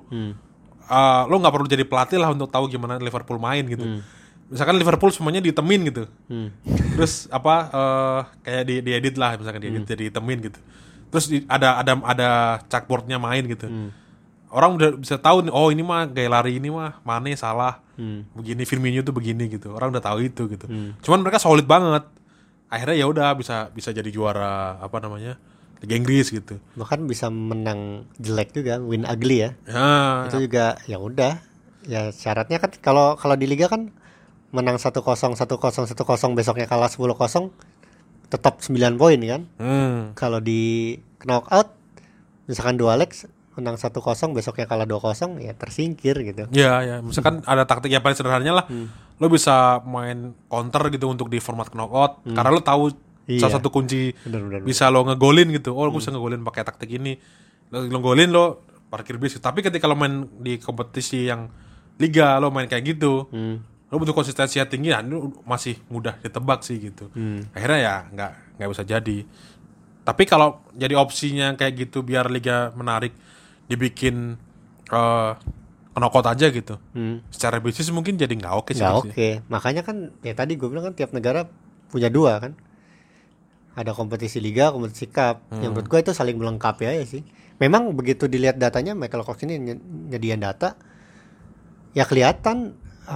Lo nggak perlu jadi pelatih lah untuk tahu gimana Liverpool main gitu. Misalkan Liverpool semuanya ditemin gitu, terus kayak diedit lah, misalkan diedit jadi ditemin gitu. Terus ada chalkboardnya main gitu. Orang udah bisa tahu nih, oh ini mah gaya lari ini mah Mane salah, begini Firmino tuh begini gitu. Orang udah tahu itu gitu. Cuman mereka solid banget. Akhirnya ya udah bisa jadi juara Liga Inggris gitu. Bahkan bisa menang jelek juga, win ugly ya. Itu juga ya udah. Ya syaratnya kan kalau di liga kan menang 1-0 besoknya kalah 10-0 tetap 9 poin kan. Kalau di knockout misalkan 2 leg menang 1-0 besoknya kalah 2-0 ya tersingkir gitu. Ya, misalkan ada taktik yang paling sederhananya lah. Lo bisa main counter gitu untuk di format knockout karena lo tahu salah satu kunci bisa lo ngegolin gitu. Oh, gue bisa ngegolin pakai taktik ini. Lo ngegolin lo parkir bis. Tapi ketika lo main di kompetisi yang liga lo main kayak gitu, lo butuh konsistensi yang tinggi, masih mudah ditebak sih gitu. Akhirnya ya nggak bisa jadi. Tapi kalau jadi opsinya kayak gitu biar liga menarik, dibikin knockout aja gitu. Secara bisnis mungkin jadi nggak oke sih. Nggak oke. Makanya kan ya tadi gue bilang kan tiap negara punya dua kan. Ada kompetisi liga, kompetisi cup. Yang menurut gue itu saling melengkapi aja sih. Memang begitu dilihat datanya, Michael Cox ini nyediain data, ya kelihatan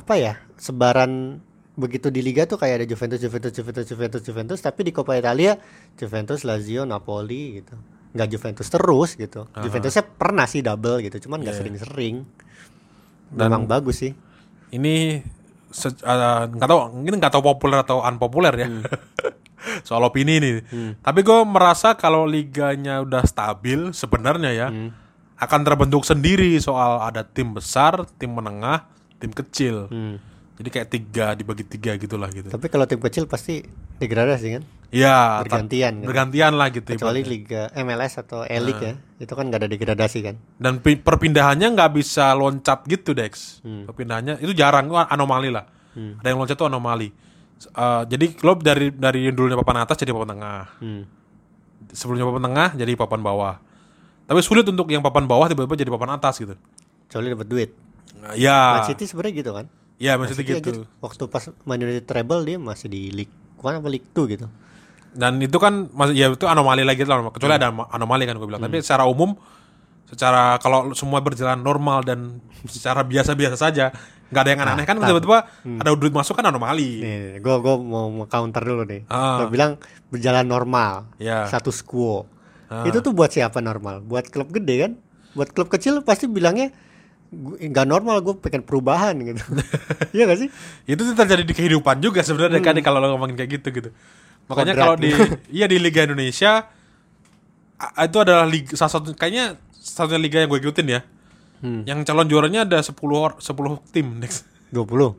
sebaran begitu di liga tuh kayak ada Juventus, tapi di Coppa Italia Juventus, Lazio, Napoli gitu. Nggak Juventus terus gitu. Juventusnya pernah sih double gitu, cuman nggak sering-sering. Memang bagus sih. Ini nggak tahu populer atau unpopuler ya. Soal opini nih. Tapi gue merasa kalau liganya udah stabil sebenarnya ya akan terbentuk sendiri soal ada tim besar, tim menengah, tim kecil. Jadi kayak dibagi tiga gitulah gitu. Tapi kalau tim kecil pasti degradasi kan? Iya, bergantian lah gitu. Kecuali liga MLS atau E-League ya, itu kan nggak ada degradasi kan? Dan perpindahannya nggak bisa loncat gitu, Dex. Perpindahannya itu jarang, anomali lah. Ada yang loncat tuh anomali. Jadi klub dari yang dulunya papan atas jadi papan tengah. Sebelumnya papan tengah jadi papan bawah. Tapi sulit untuk yang papan bawah tiba-tiba jadi papan atas gitu. Kecuali dapat duit. Ya. Man City sebenarnya gitu kan? Iya, Man City gitu. Waktu pas Man United treble dia masih di League 1 apa League 2 gitu. Dan itu kan ya itu anomali lagi lah. Kecuali ada anomali kan gue bilang. Tapi secara umum, kalau semua berjalan normal dan secara biasa-biasa saja, nggak ada yang aneh-aneh kan tiba-tiba ada duit masuk kan anomali. Nih, gue mau counter dulu nih. Lo bilang berjalan normal, status quo. Itu tuh buat siapa normal? Buat klub gede kan? Buat klub kecil pasti bilangnya nggak normal, gue pengen perubahan gitu. Iya nggak sih? Itu terjadi di kehidupan juga sebenarnya kan kalau lo ngomongin kayak gitu. Makanya kalau di Liga Indonesia itu adalah kayaknya satunya liga yang gue ikutin ya. Yang calon juaranya ada 10 tim next. 20.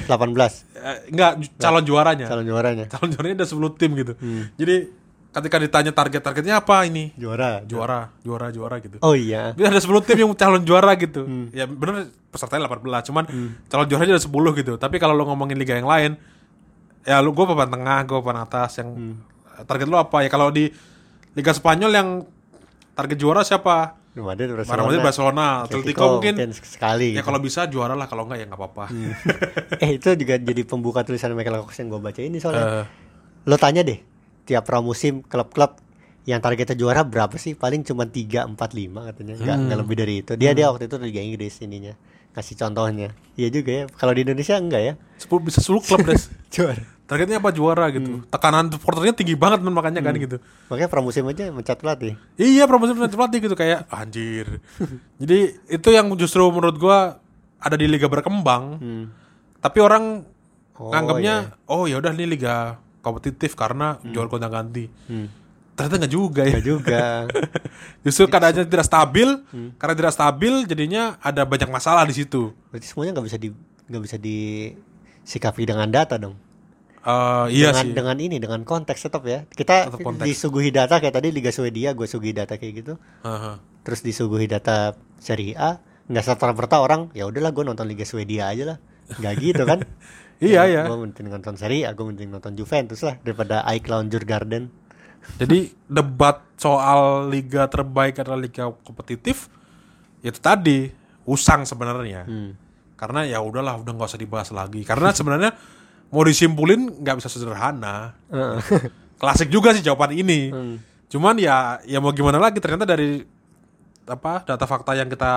18. Enggak, calon juaranya. Calon juaranya ada 10 tim gitu. Jadi ketika ditanya targetnya apa ini? Juara gitu. Oh iya. Ada 10 tim yang calon juara gitu. Ya bener pesertanya 18, cuman calon juaranya ada 10 gitu. Tapi kalau lo ngomongin liga yang lain, ya gue papan tengah, gue papan atas. Yang target lo apa? Ya kalau di Liga Spanyol yang target juara siapa? Madrid, Barcelona, Atletico mungkin sekali. Ya kalau bisa juara lah, kalau enggak ya nggak apa-apa. Itu juga jadi pembuka tulisan Michael Cox yang gue baca ini soalnya. Lo tanya deh, tiap pramusim klub-klub yang targetnya juara berapa sih? Paling cuma 3, 4, 5 katanya. Enggak lebih dari itu. Dia waktu itu Liga Inggris kasih contohnya. Iya juga ya. Kalau di Indonesia enggak ya? 10 klub deh juara. targetnya apa juara gitu. Tekanan supporternya tinggi banget men, makanya kan gitu. Makanya pramusim aja mencat pelatih. Iya, promosi pelatih gitu kayak anjir. Jadi itu yang justru menurut gua ada di liga berkembang. Tapi orang nganggapnya oh ya udah ini liga kompetitif karena jual gonta-ganti. Ternyata nggak juga ya. Nggak juga. Justru keadaannya tidak stabil. Karena tidak stabil jadinya ada banyak masalah di situ. Berarti semuanya nggak bisa disikapi dengan data dong. Iya dengan, sih. dengan konteks tetap ya. Kita Tetap konteks. disuguhi data kayak tadi Liga Swedia, gue suguhi data kayak gitu. Terus disuguhi data Serie A, nggak serta-merta orang ya udahlah gue nonton Liga Swedia aja lah. Nggak gitu kan? Iya ya. Gue mending nonton Serie A, gue mending nonton Juventus lah daripada AEK lawan Djurgården. Jadi debat soal liga terbaik adalah liga kompetitif itu tadi usang sebenarnya. Karena ya udahlah udah nggak usah dibahas lagi. Karena sebenarnya mau disimpulin nggak bisa sederhana. Klasik juga sih jawaban ini. Cuman ya mau gimana lagi, ternyata dari data fakta yang kita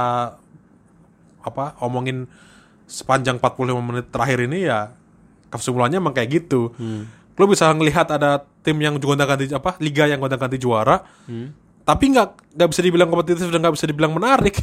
omongin sepanjang 45 menit terakhir ini ya kesimpulannya emang kayak gitu. Lo bisa ngelihat ada tim yang gonta-ganti liga yang gonta-ganti juara, tapi nggak bisa dibilang kompetitif dan nggak bisa dibilang menarik.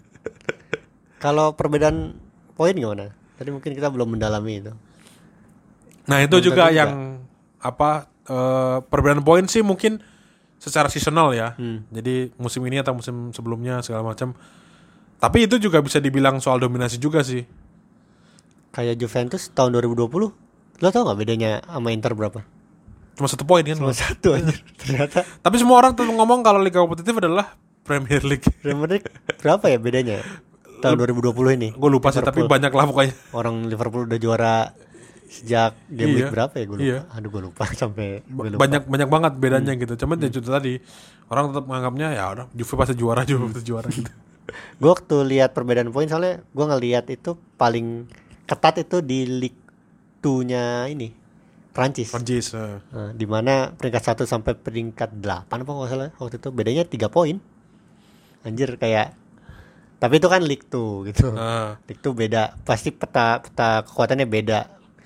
Kalau perbedaan poin gimana? Tadi mungkin kita belum mendalami itu. Nah itu juga yang perbedaan poin sih mungkin secara seasonal ya. Jadi musim ini atau musim sebelumnya segala macam. Tapi itu juga bisa dibilang soal dominasi juga sih. Kayak Juventus tahun 2020, lo tau gak bedanya sama Inter berapa? Cuma 1 poin kan? Cuma 1 aja ternyata. Tapi semua orang tuh ngomong kalau liga kompetitif adalah Premier League. Premier League berapa ya bedanya tahun 2020 ini? Gue lupa sih, tapi banyak lah pokoknya. Orang Liverpool udah juara sejak game week berapa ya? Gue lupa. Iya. Aduh gue lupa sampai gue lupa. Banyak banget bedanya gitu. Cuman itu tadi orang tetap menganggapnya ya udah Juve pasti juara gitu. Gue waktu lihat perbedaan poin soalnya gue ngelihat itu paling ketat itu di Ligue 2-nya ini Prancis. Di mana peringkat 1 sampai peringkat 8 apa nggak salah waktu itu bedanya 3 poin. Anjir kayak. Tapi itu kan Ligue 2 gitu. Ligue 2 beda, pasti peta kekuatannya beda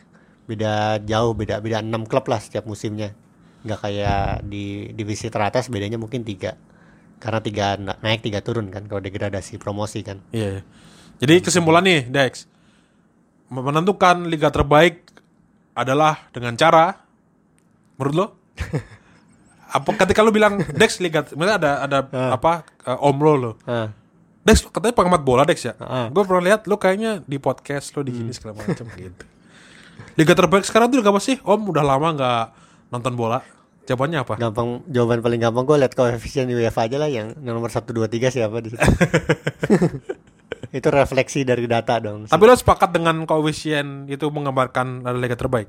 jauh, beda 6 klub lah setiap musimnya. Nggak kayak di divisi teratas bedanya mungkin 3. Karena 3 naik 3 turun kan kalau degradasi promosi kan. Iya. Jadi kesimpulan nih Dex, menentukan liga terbaik adalah dengan cara menurut lo ketika lo bilang Dex liga, misalnya ada om lo Dex katanya pengamat bola Dex ya. Gue pernah lihat lo kayaknya di podcast lo di sini segala macam gitu. Liga terbaik sekarang tuh apa sih? Om udah lama nggak nonton bola. Jawabannya apa? Jawaban paling gampang gue lihat koefisien UEFA aja lah yang nomor 1, 2, 3 siapa di situ. Itu refleksi dari data dong. Tapi lo sepakat dengan koefisien itu menggambarkan ada liga terbaik?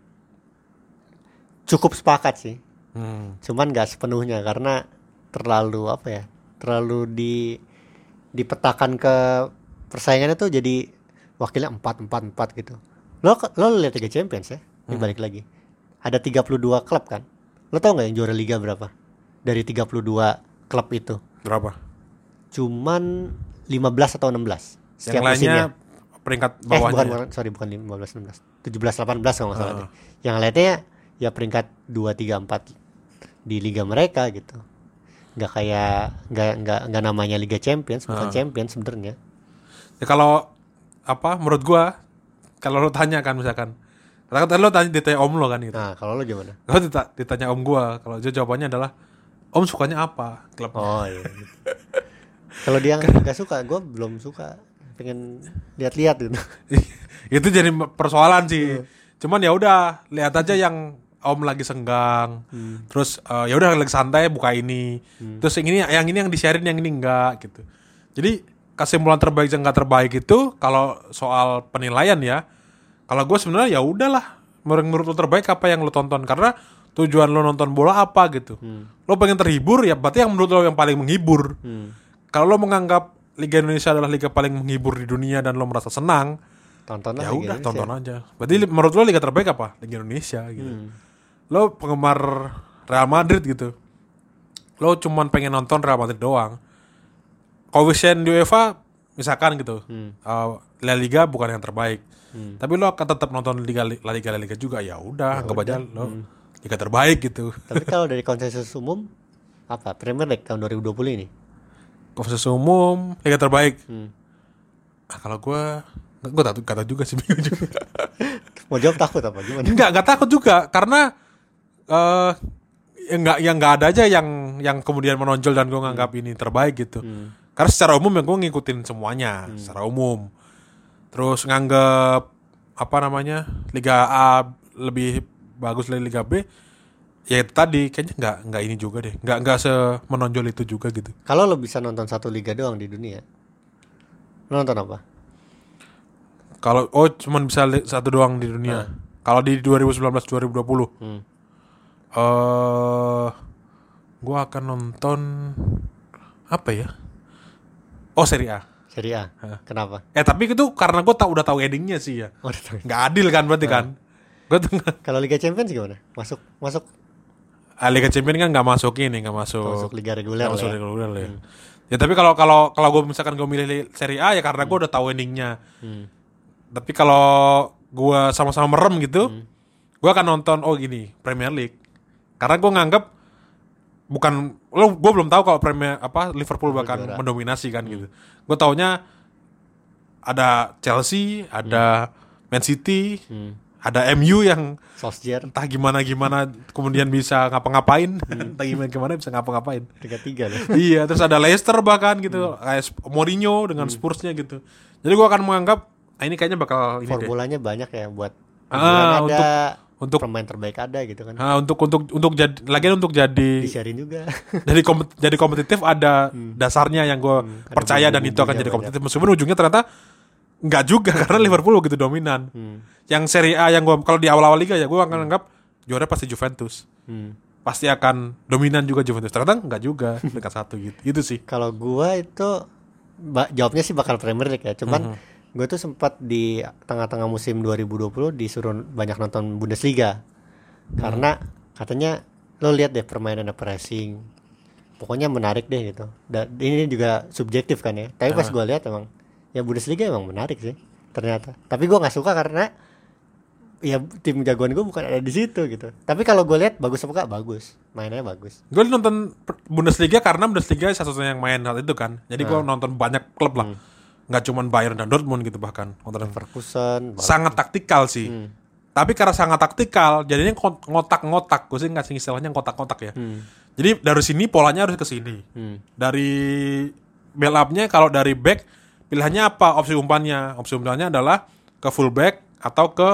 Cukup sepakat sih. Cuman nggak sepenuhnya karena terlalu terlalu dipetakan ke persaingannya tuh jadi wakilnya 4 gitu. Lo lihat Liga Champions ya? Ini balik lagi. Ada 32 klub kan? Lo tau gak yang juara liga berapa? Dari 32 klub itu Berapa? Cuman 15 atau 16 setiap yang lainnya musimnya. Peringkat bawahnya bukan 15, 16 17, 18 kalau gak salah deh. Yang lainnya ya peringkat 2, 3, 4 di liga mereka gitu. Gak kayak Gak namanya Liga Champions. Bukan Champions sebenarnya ya. Kalau menurut gua, kalau lo tanya kan misalkan, kata lo ditanya om lo kan gitu. Nah kalau lo gimana? Kalau ditanya om gua, kalau jawabannya adalah om sukanya apa klubnya. Oh iya gitu. Kalau dia nggak suka, gue belum suka, pengen lihat-lihat gitu. Itu jadi persoalan sih. Cuman ya udah lihat aja yang om lagi senggang. Terus ya udah lagi santai buka ini. Terus yang ini yang di-sharein, yang ini enggak gitu. Jadi kesimpulan terbaik dan enggak terbaik itu kalau soal penilaian ya. Kalau gue sebenarnya ya udahlah, menurut lo terbaik apa yang lo tonton, karena tujuan lo nonton bola apa gitu. Lo pengen terhibur ya berarti yang menurut lo yang paling menghibur. Kalau lo menganggap Liga Indonesia adalah liga paling menghibur di dunia dan lo merasa senang, tontonlah ya udah tonton aja. Berarti menurut lo liga terbaik apa? Liga Indonesia gitu. Lo penggemar Real Madrid gitu, lo cuman pengen nonton Real Madrid doang. Koefisien di UEFA misalkan gitu, La Liga bukan yang terbaik, tapi lo akan tetap nonton La Liga juga, ya udah, anggap aja lo liga terbaik gitu. Tapi kalau dari konsensus umum apa Premier League tahun 2020 ini? Konsensus umum liga terbaik. Kalau gue gak tahu juga sih. Mau jawab takut apa gimana? Enggak takut juga karena nggak ada aja yang kemudian menonjol dan gue nganggap ini terbaik gitu. Karena secara umum ya gue ngikutin semuanya secara umum. Terus nganggap apa namanya Liga A lebih bagus dari Liga B, ya itu tadi kayaknya nggak ini juga deh, nggak semenonjol itu juga gitu. Kalau lo bisa nonton satu liga doang di dunia, lo nonton apa? Kalau cuman bisa satu doang di dunia. Kalau di 2019-2020 gue akan nonton apa ya? Serie A. Serie A. Kenapa? Tapi itu karena gue udah tahu endingnya sih ya. Nggak adil kan berarti kan? Kalau Liga Champions gimana? Masuk Liga Champions kan nggak masuk liga reguler. Masuk liga reguler ya. Ya tapi kalau gue misalkan gue milih Serie A ya karena gue udah tahu endingnya. Tapi kalau gue sama-sama merem gitu, gue akan nonton gini Premier League. Karena gue nganggap gue belum tahu kalau Liverpool bakal mendominasi kan gitu. Gue taunya ada Chelsea, ada Man City, ada MU yang Solskjaer entah gimana kemudian bisa ngapa-ngapain, entah gimana bisa ngapa-ngapain. 3-3 loh. Iya, terus ada Leicester bahkan gitu, kayak Mourinho dengan Spursnya gitu. Jadi gue akan menganggap ini kayaknya bakal ini formulanya deh. Banyak ya buat untuk pemain terbaik ada gitu kan. Untuk jadi di-sharein juga. jadi kompetitif ada dasarnya yang gue percaya dan itu akan jadi kompetitif meskipun ujungnya ternyata enggak juga karena Liverpool begitu dominan. Yang Serie A yang gue kalau di awal-awal liga ya gue akan anggap juara pasti Juventus. Pasti akan dominan juga Juventus. Ternyata enggak juga peringkat 1 gitu. Itu sih. Kalau gue itu jawabnya sih bakal Premier League ya. Cuman gue tuh sempat di tengah-tengah musim 2020 disuruh banyak nonton Bundesliga. Karena katanya lo lihat deh permainannya pressing. Pokoknya menarik deh gitu. Dan ini juga subjektif kan ya. Tapi pas gue lihat emang ya Bundesliga emang menarik sih ternyata. Tapi gue nggak suka karena ya tim jagoan gue bukan ada di situ gitu. Tapi kalau gue lihat bagus apa enggak, bagus, mainnya bagus. Gue nonton Bundesliga karena Bundesliga satu-satunya yang main saat itu kan. Jadi gue nonton banyak klub lah, nggak cuman Bayern dan Dortmund gitu bahkan. Leverkusen sangat taktikal sih. Tapi karena sangat taktikal, jadinya ngotak-ngotak. Gue sih ngasih istilahnya ngotak-ngotak ya. Jadi dari sini polanya harus ke sini. Dari build up-nya kalau dari back pilihannya apa opsi umpannya? Opsi umpannya adalah ke fullback atau ke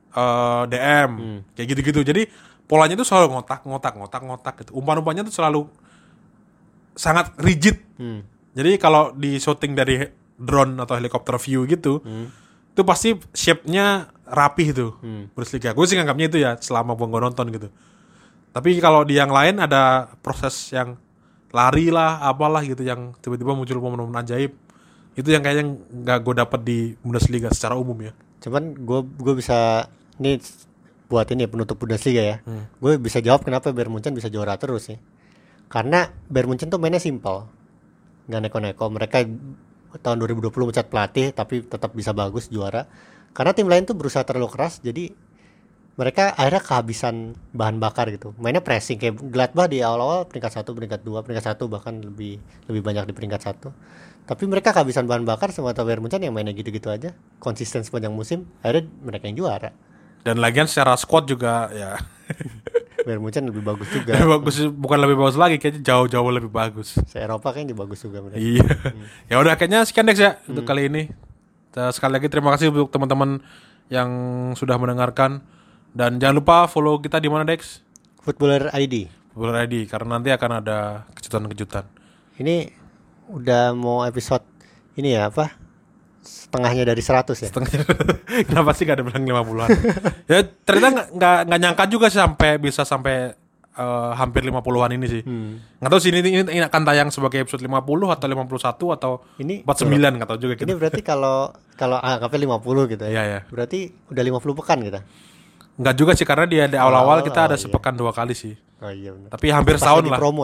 DM kayak gitu-gitu. Jadi polanya itu selalu ngotak gitu. Umpan-umpannya itu selalu sangat rigid. Jadi kalau di shooting dari drone atau helikopter view gitu, itu pasti shape-nya rapih tuh. Bundesliga. Gue sih nganggapnya itu ya selama gue nonton gitu. Tapi kalau di yang lain ada proses yang lari lah, apalah gitu yang tiba-tiba muncul momen-momen ajaib. Itu yang kayaknya nggak gue dapat di Bundesliga secara umum ya. Cuman gue bisa ini buat ini penutup Bundesliga ya. Gue bisa jawab kenapa Bayern Munchen bisa juara terus sih. Karena Bayern Munchen tuh mainnya simpel, nggak neko-neko. Mereka tahun 2020 mencat pelatih tapi tetap bisa bagus juara. Karena tim lain tuh berusaha terlalu keras, jadi mereka akhirnya kehabisan bahan bakar gitu. Mainnya pressing kayak Gladbach di awal-awal peringkat 1, peringkat 2, peringkat 1 bahkan lebih banyak di peringkat 1. Tapi mereka kehabisan bahan bakar sama Bayern Munchen yang mainnya gitu-gitu aja, konsisten sepanjang musim, akhirnya mereka yang juara. Dan lagian secara squad juga ya Bayern Munchen lebih bagus juga. Bukan lebih bagus lagi, kayaknya jauh-jauh lebih bagus. Se-Eropa kayaknya bagus juga mereka. Iya. Ya udah kayaknya sekian Dex ya untuk kali ini. Sekali lagi terima kasih untuk teman-teman yang sudah mendengarkan dan jangan lupa follow kita di mana Dex? Footballer ID. Footballer ID karena nanti akan ada kejutan-kejutan. Ini udah mau episode ini ya apa? Setengahnya dari 100 ya. Kenapa sih gak ada bilang 50-an? Ya ternyata nggak nyangka juga sih bisa sampai hampir 50-an ini sih. Nggak tahu sih ini akan tayang sebagai episode 50 atau 51 atau ini 49 nggak tahu juga gitu. Ini berarti kalau anggapnya 50 gitu ya. Iya. Berarti udah 50 pekan kita. Nggak juga sih karena di awal-awal kita ada sepekan 2 kali sih. Oh iya benar. Tapi hampir setahun lah. Promo ya.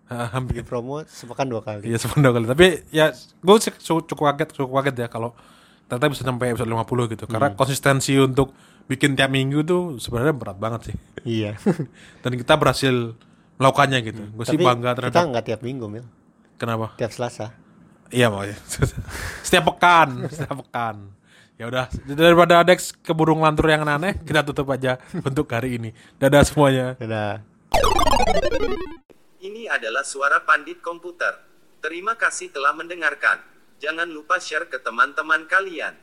Hampir. promo sepekan 2 kali. Iya sepenuh kali. Tapi ya gue cukup kaget ya kalau ternyata bisa sampai episode 50 gitu. Karena konsistensi untuk bikin tiap minggu tuh sebenarnya berat banget sih. Iya. Dan kita berhasil melakukannya gitu. Gue sih Tapi bangga kita terhadap. nggak tiap minggu, Mil. Kenapa? Tiap Selasa. Iya makanya. Setiap pekan. Ya udah, daripada Dex keburu ngelantur yang aneh, kita tutup aja untuk hari ini. Dadah semuanya. Dadah. Ini adalah suara Pandit Komputer. Terima kasih telah mendengarkan. Jangan lupa share ke teman-teman kalian.